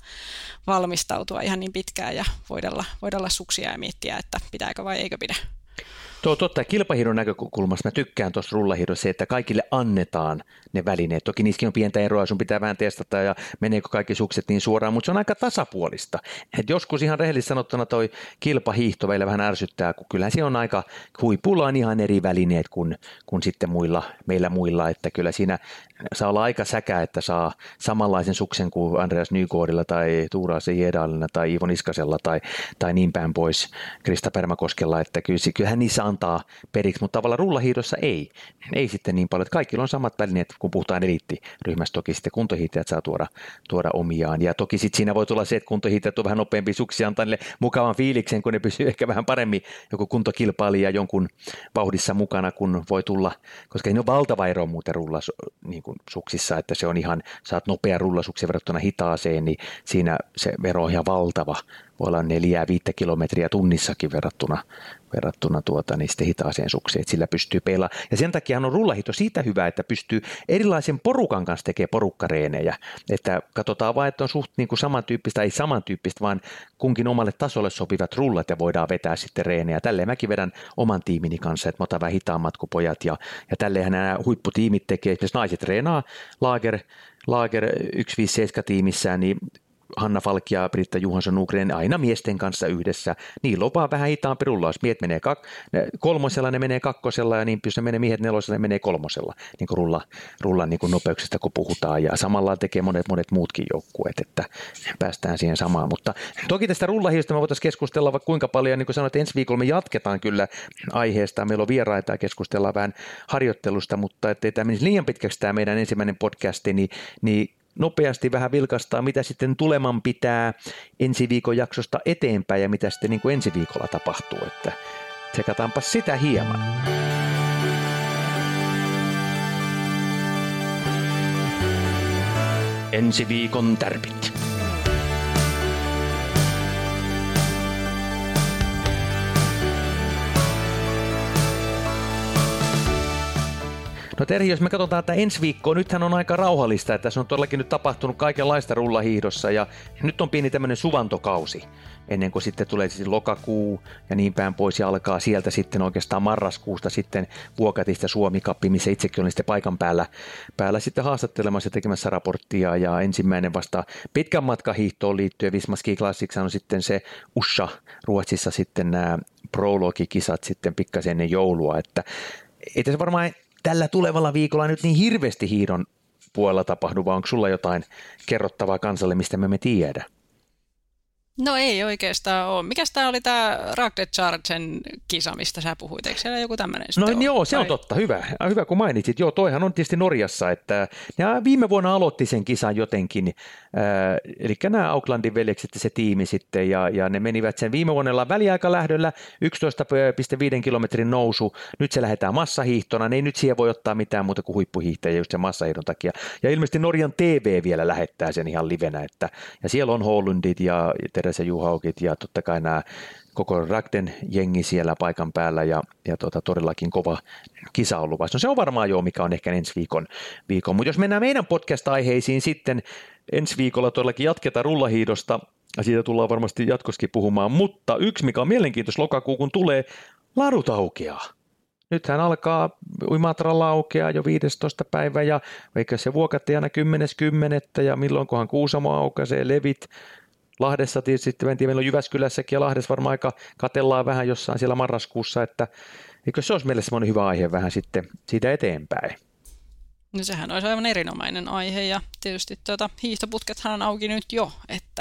valmistautua ihan niin pitkään ja voidella suksia ja miettiä, että pitääkö vai eikö pidä. Tuo totta, kilpahiidon näkökulmasta mä tykkään tuosta rullahiidossa se, että kaikille annetaan ne välineet. Toki niissäkin on pientä eroa, sun pitää vähän testata ja meneekö kaikki sukset niin suoraan, mutta se on aika tasapuolista. Et joskus ihan rehellisesti sanottuna toi kilpahiihto meillä vähän ärsyttää, kun kyllähän se on aika, huipulla on ihan eri välineet kuin sitten meillä muilla, että kyllä siinä saa olla aika säkä, että saa samanlaisen suksen kuin Andreas Nygårdilla tai Tuura Jedalina tai Iivo Niskasella tai niin päin pois Krista Permäkoskella, että kyllähän niissä antaa periksi, mutta tavallaan rullahiidossa ei sitten niin paljon, että kaikilla on samat välineet, kun puhutaan eliittiryhmästä, toki sitten kuntohiihtäjät saa tuoda omiaan, ja toki sitten siinä voi tulla se, että kuntohiihtäjät on vähän nopeampi suksi, antaa niille mukavan fiiliksen, kun ne pysyy ehkä vähän paremmin joku kuntokilpailija jonkun vauhdissa mukana, kun voi tulla, koska ei ole valtava ero muuten niin kuin suksissa, että se on ihan, saat nopea rullasuksi verrattuna hitaaseen, niin siinä se vero on ihan valtava. Voi olla 4-5 kilometriä tunnissakin verrattuna niin sitten hitaaseen sukseen, että sillä pystyy pelaamaan. Ja sen takia on rullahiihto siitä hyvä, että pystyy erilaisen porukan kanssa tekemään porukkareenejä. Että katsotaan vain, että on suht niin kuin samantyyppistä, ei samantyyppistä, vaan kunkin omalle tasolle sopivat rullat ja voidaan vetää sitten reenejä. Tälleen mäkin vedän oman tiimini kanssa, että mä otan vähän hitaammat kuin pojat ja tälleenhän nämä huipputiimit tekee. Esimerkiksi naiset treenaa Lager 157 tiimissään, niin Hanna Falk ja Britta Johansson Nugren aina miesten kanssa yhdessä. Niillä on vaan vähän hitaampi rullaus. Miehet menee kolmosella, ne menee kakkosella ja niin jos ne menee miehet nelosella, ne menee kolmosella. Niin kuin rullan niin kuin nopeuksista kun puhutaan ja samalla tekee monet muutkin joukkueet, että päästään siihen samaan. Mutta toki tästä rullahiidosta me voitaisiin keskustella vaikka kuinka paljon. Niin kuin sanoit, ensi viikolla me jatketaan kyllä aiheesta. Meillä on vieraita ja keskustellaan vähän harjoittelusta, mutta ettei tämä menisi liian pitkäksi tämä meidän ensimmäinen podcasti, niin nopeasti vähän vilkastaa, mitä sitten tuleman pitää ensi viikon jaksosta eteenpäin ja mitä sitten niin kuin ensi viikolla tapahtuu, että tsekataanpa sitä hieman. Ensi viikon tärpit. No Terhi, jos me katsotaan, että ensi viikkoa, nythän on aika rauhallista, että tässä on todellakin nyt tapahtunut kaikenlaista rullahiihdossa ja nyt on pieni tämmöinen suvantokausi ennen kuin sitten tulee siis lokakuu ja niin päin pois ja alkaa sieltä sitten oikeastaan marraskuusta sitten Vuokatista Suomi-kappi, missä itsekin olin sitten paikan päällä sitten haastattelemassa ja tekemässä raporttia ja ensimmäinen vasta pitkän matkan hiihtoon liittyen Visma Ski Classics on sitten se Usha Ruotsissa sitten nämä prologikisat sitten pikkasen ennen joulua, että ei tässä varmaan tällä tulevalla viikolla nyt niin hirveästi hiidon puolella tapahdu, vai onko sulla jotain kerrottavaa kansalle, mistä me emme tiedä? No ei oikeastaan ole. Mikäs tämä oli tämä Ragde Chargen kisa, mistä sä puhuit? Eikö siellä joku tämmöinen sitten ole? Joo, se on totta. Hyvä kun mainitsit. Joo, toihan on tietysti Norjassa, että ja viime vuonna aloitti sen kisan jotenkin, eli nämä Aucklandin veljekset se tiimi sitten, ja ne menivät sen viime vuonna väliaikalähdöllä 11,5 kilometrin nousu. Nyt se lähdetään massahiihtona, ei nyt siihen voi ottaa mitään muuta kuin huippuhiihtäjiä just sen massahiihdon takia. Ja ilmeisesti Norjan TV vielä lähettää sen ihan livenä, ja siellä on Holundit ja Teresa Juhaukit ja totta kai nämä koko Ragden jengi siellä paikan päällä ja todellakin kova kisa on luvassa. No se on varmaan jo, mikä on ehkä ensi viikon. Mutta jos mennään meidän podcast-aiheisiin sitten, ensi viikolla todellakin jatketaan rullahiidosta ja siitä tullaan varmasti jatkossakin puhumaan, mutta yksi mikä on mielenkiintoista lokakuu, kun tulee ladut aukeaa. Nythän alkaa Imatralla aukeaa jo 15. päivä ja eikä se Vuokatti aina 10.10. ja milloinkohan Kuusamo aukaisee, Levit. Lahdessa tietysti, meillä on Jyväskylässäkin ja Lahdessa varmaan aika katellaan vähän jossain siellä marraskuussa, että eikö se olisi meille semmoinen hyvä aihe vähän sitten siitä eteenpäin? No sehän olisi aivan erinomainen aihe ja tietysti hiihtoputkethan on auki nyt jo, että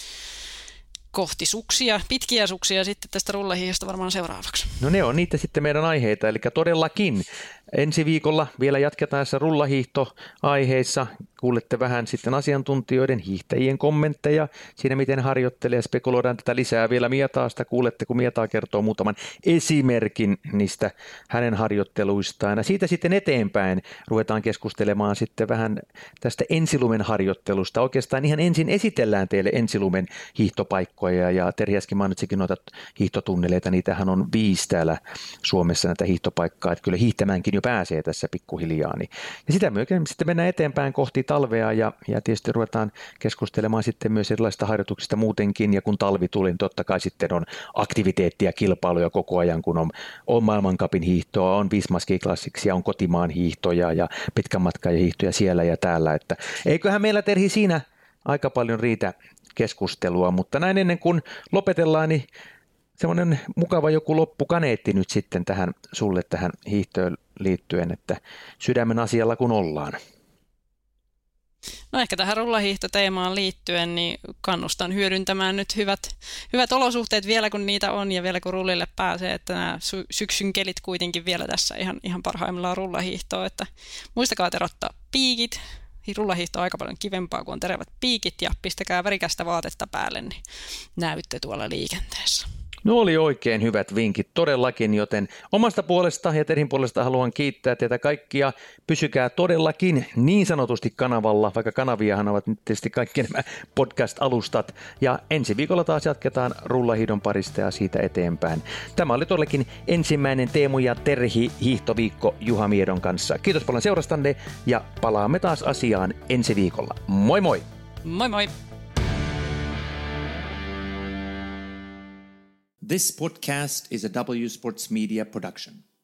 kohti suksia, pitkiä suksia sitten tästä rullahiihdosta varmaan seuraavaksi. No ne on niitä sitten meidän aiheita, eli todellakin ensi viikolla vielä jatketaan tässä rullahiihtoaiheissa. Kuulette vähän sitten asiantuntijoiden, hiihtäjien kommentteja siinä, miten harjoittelee ja spekuloidaan tätä lisää vielä Mietaasta. Kuulette, kun Mietaa kertoo muutaman esimerkin niistä hänen harjoitteluistaan. Ja siitä sitten eteenpäin ruvetaan keskustelemaan sitten vähän tästä ensilumen harjoittelusta. Oikeastaan ihan ensin esitellään teille ensilumen hiihtopaikkoja ja Terhi äsken mainitsikin noita hiihtotunneleita. Niitähän on 5 täällä Suomessa näitä hiihtopaikkaa, että kyllä hiihtämäänkin jo pääsee tässä pikkuhiljaa. Ja sitä myöskin sitten mennään eteenpäin kohti talvea ja tietysti ruvetaan keskustelemaan sitten myös erilaisista harjoituksista muutenkin, ja kun talvi tuli, niin totta kai sitten on aktiviteettia, kilpailuja koko ajan, kun on maailmancupin hiihtoa, on Visma-Ski Classicsia, on kotimaan hiihtoja ja pitkän matkan hiihtoja siellä ja täällä, että eiköhän meillä Terhi siinä aika paljon riitä keskustelua, mutta näin ennen kuin lopetellaan, niin semmoinen mukava joku loppukaneetti nyt sitten sulle tähän hiihtoon liittyen, että sydämen asialla kun ollaan. No ehkä tähän rullahiihtoteemaan liittyen, niin kannustan hyödyntämään nyt hyvät olosuhteet vielä kun niitä on ja vielä kun rullille pääsee, että nämä syksyn kelit kuitenkin vielä tässä ihan parhaimmillaan rullahiihtoa, että muistakaa terottaa piikit. Rullahiihto on aika paljon kivempaa, kun on terevät piikit ja pistäkää värikästä vaatetta päälle, niin näytte tuolla liikenteessä. No oli oikein hyvät vinkit todellakin, joten omasta puolesta ja Terhin puolesta haluan kiittää teitä kaikkia. Pysykää todellakin niin sanotusti kanavalla, vaikka kanaviahan ovat nyt tietysti kaikki nämä podcast-alustat. Ja ensi viikolla taas jatketaan rullahiidon parista ja siitä eteenpäin. Tämä oli todellakin ensimmäinen Teemu ja Terhi hiihtoviikko Juha Miedon kanssa. Kiitos paljon seurastanne ja palaamme taas asiaan ensi viikolla. Moi moi! Moi moi! This podcast is a W Sports Media production.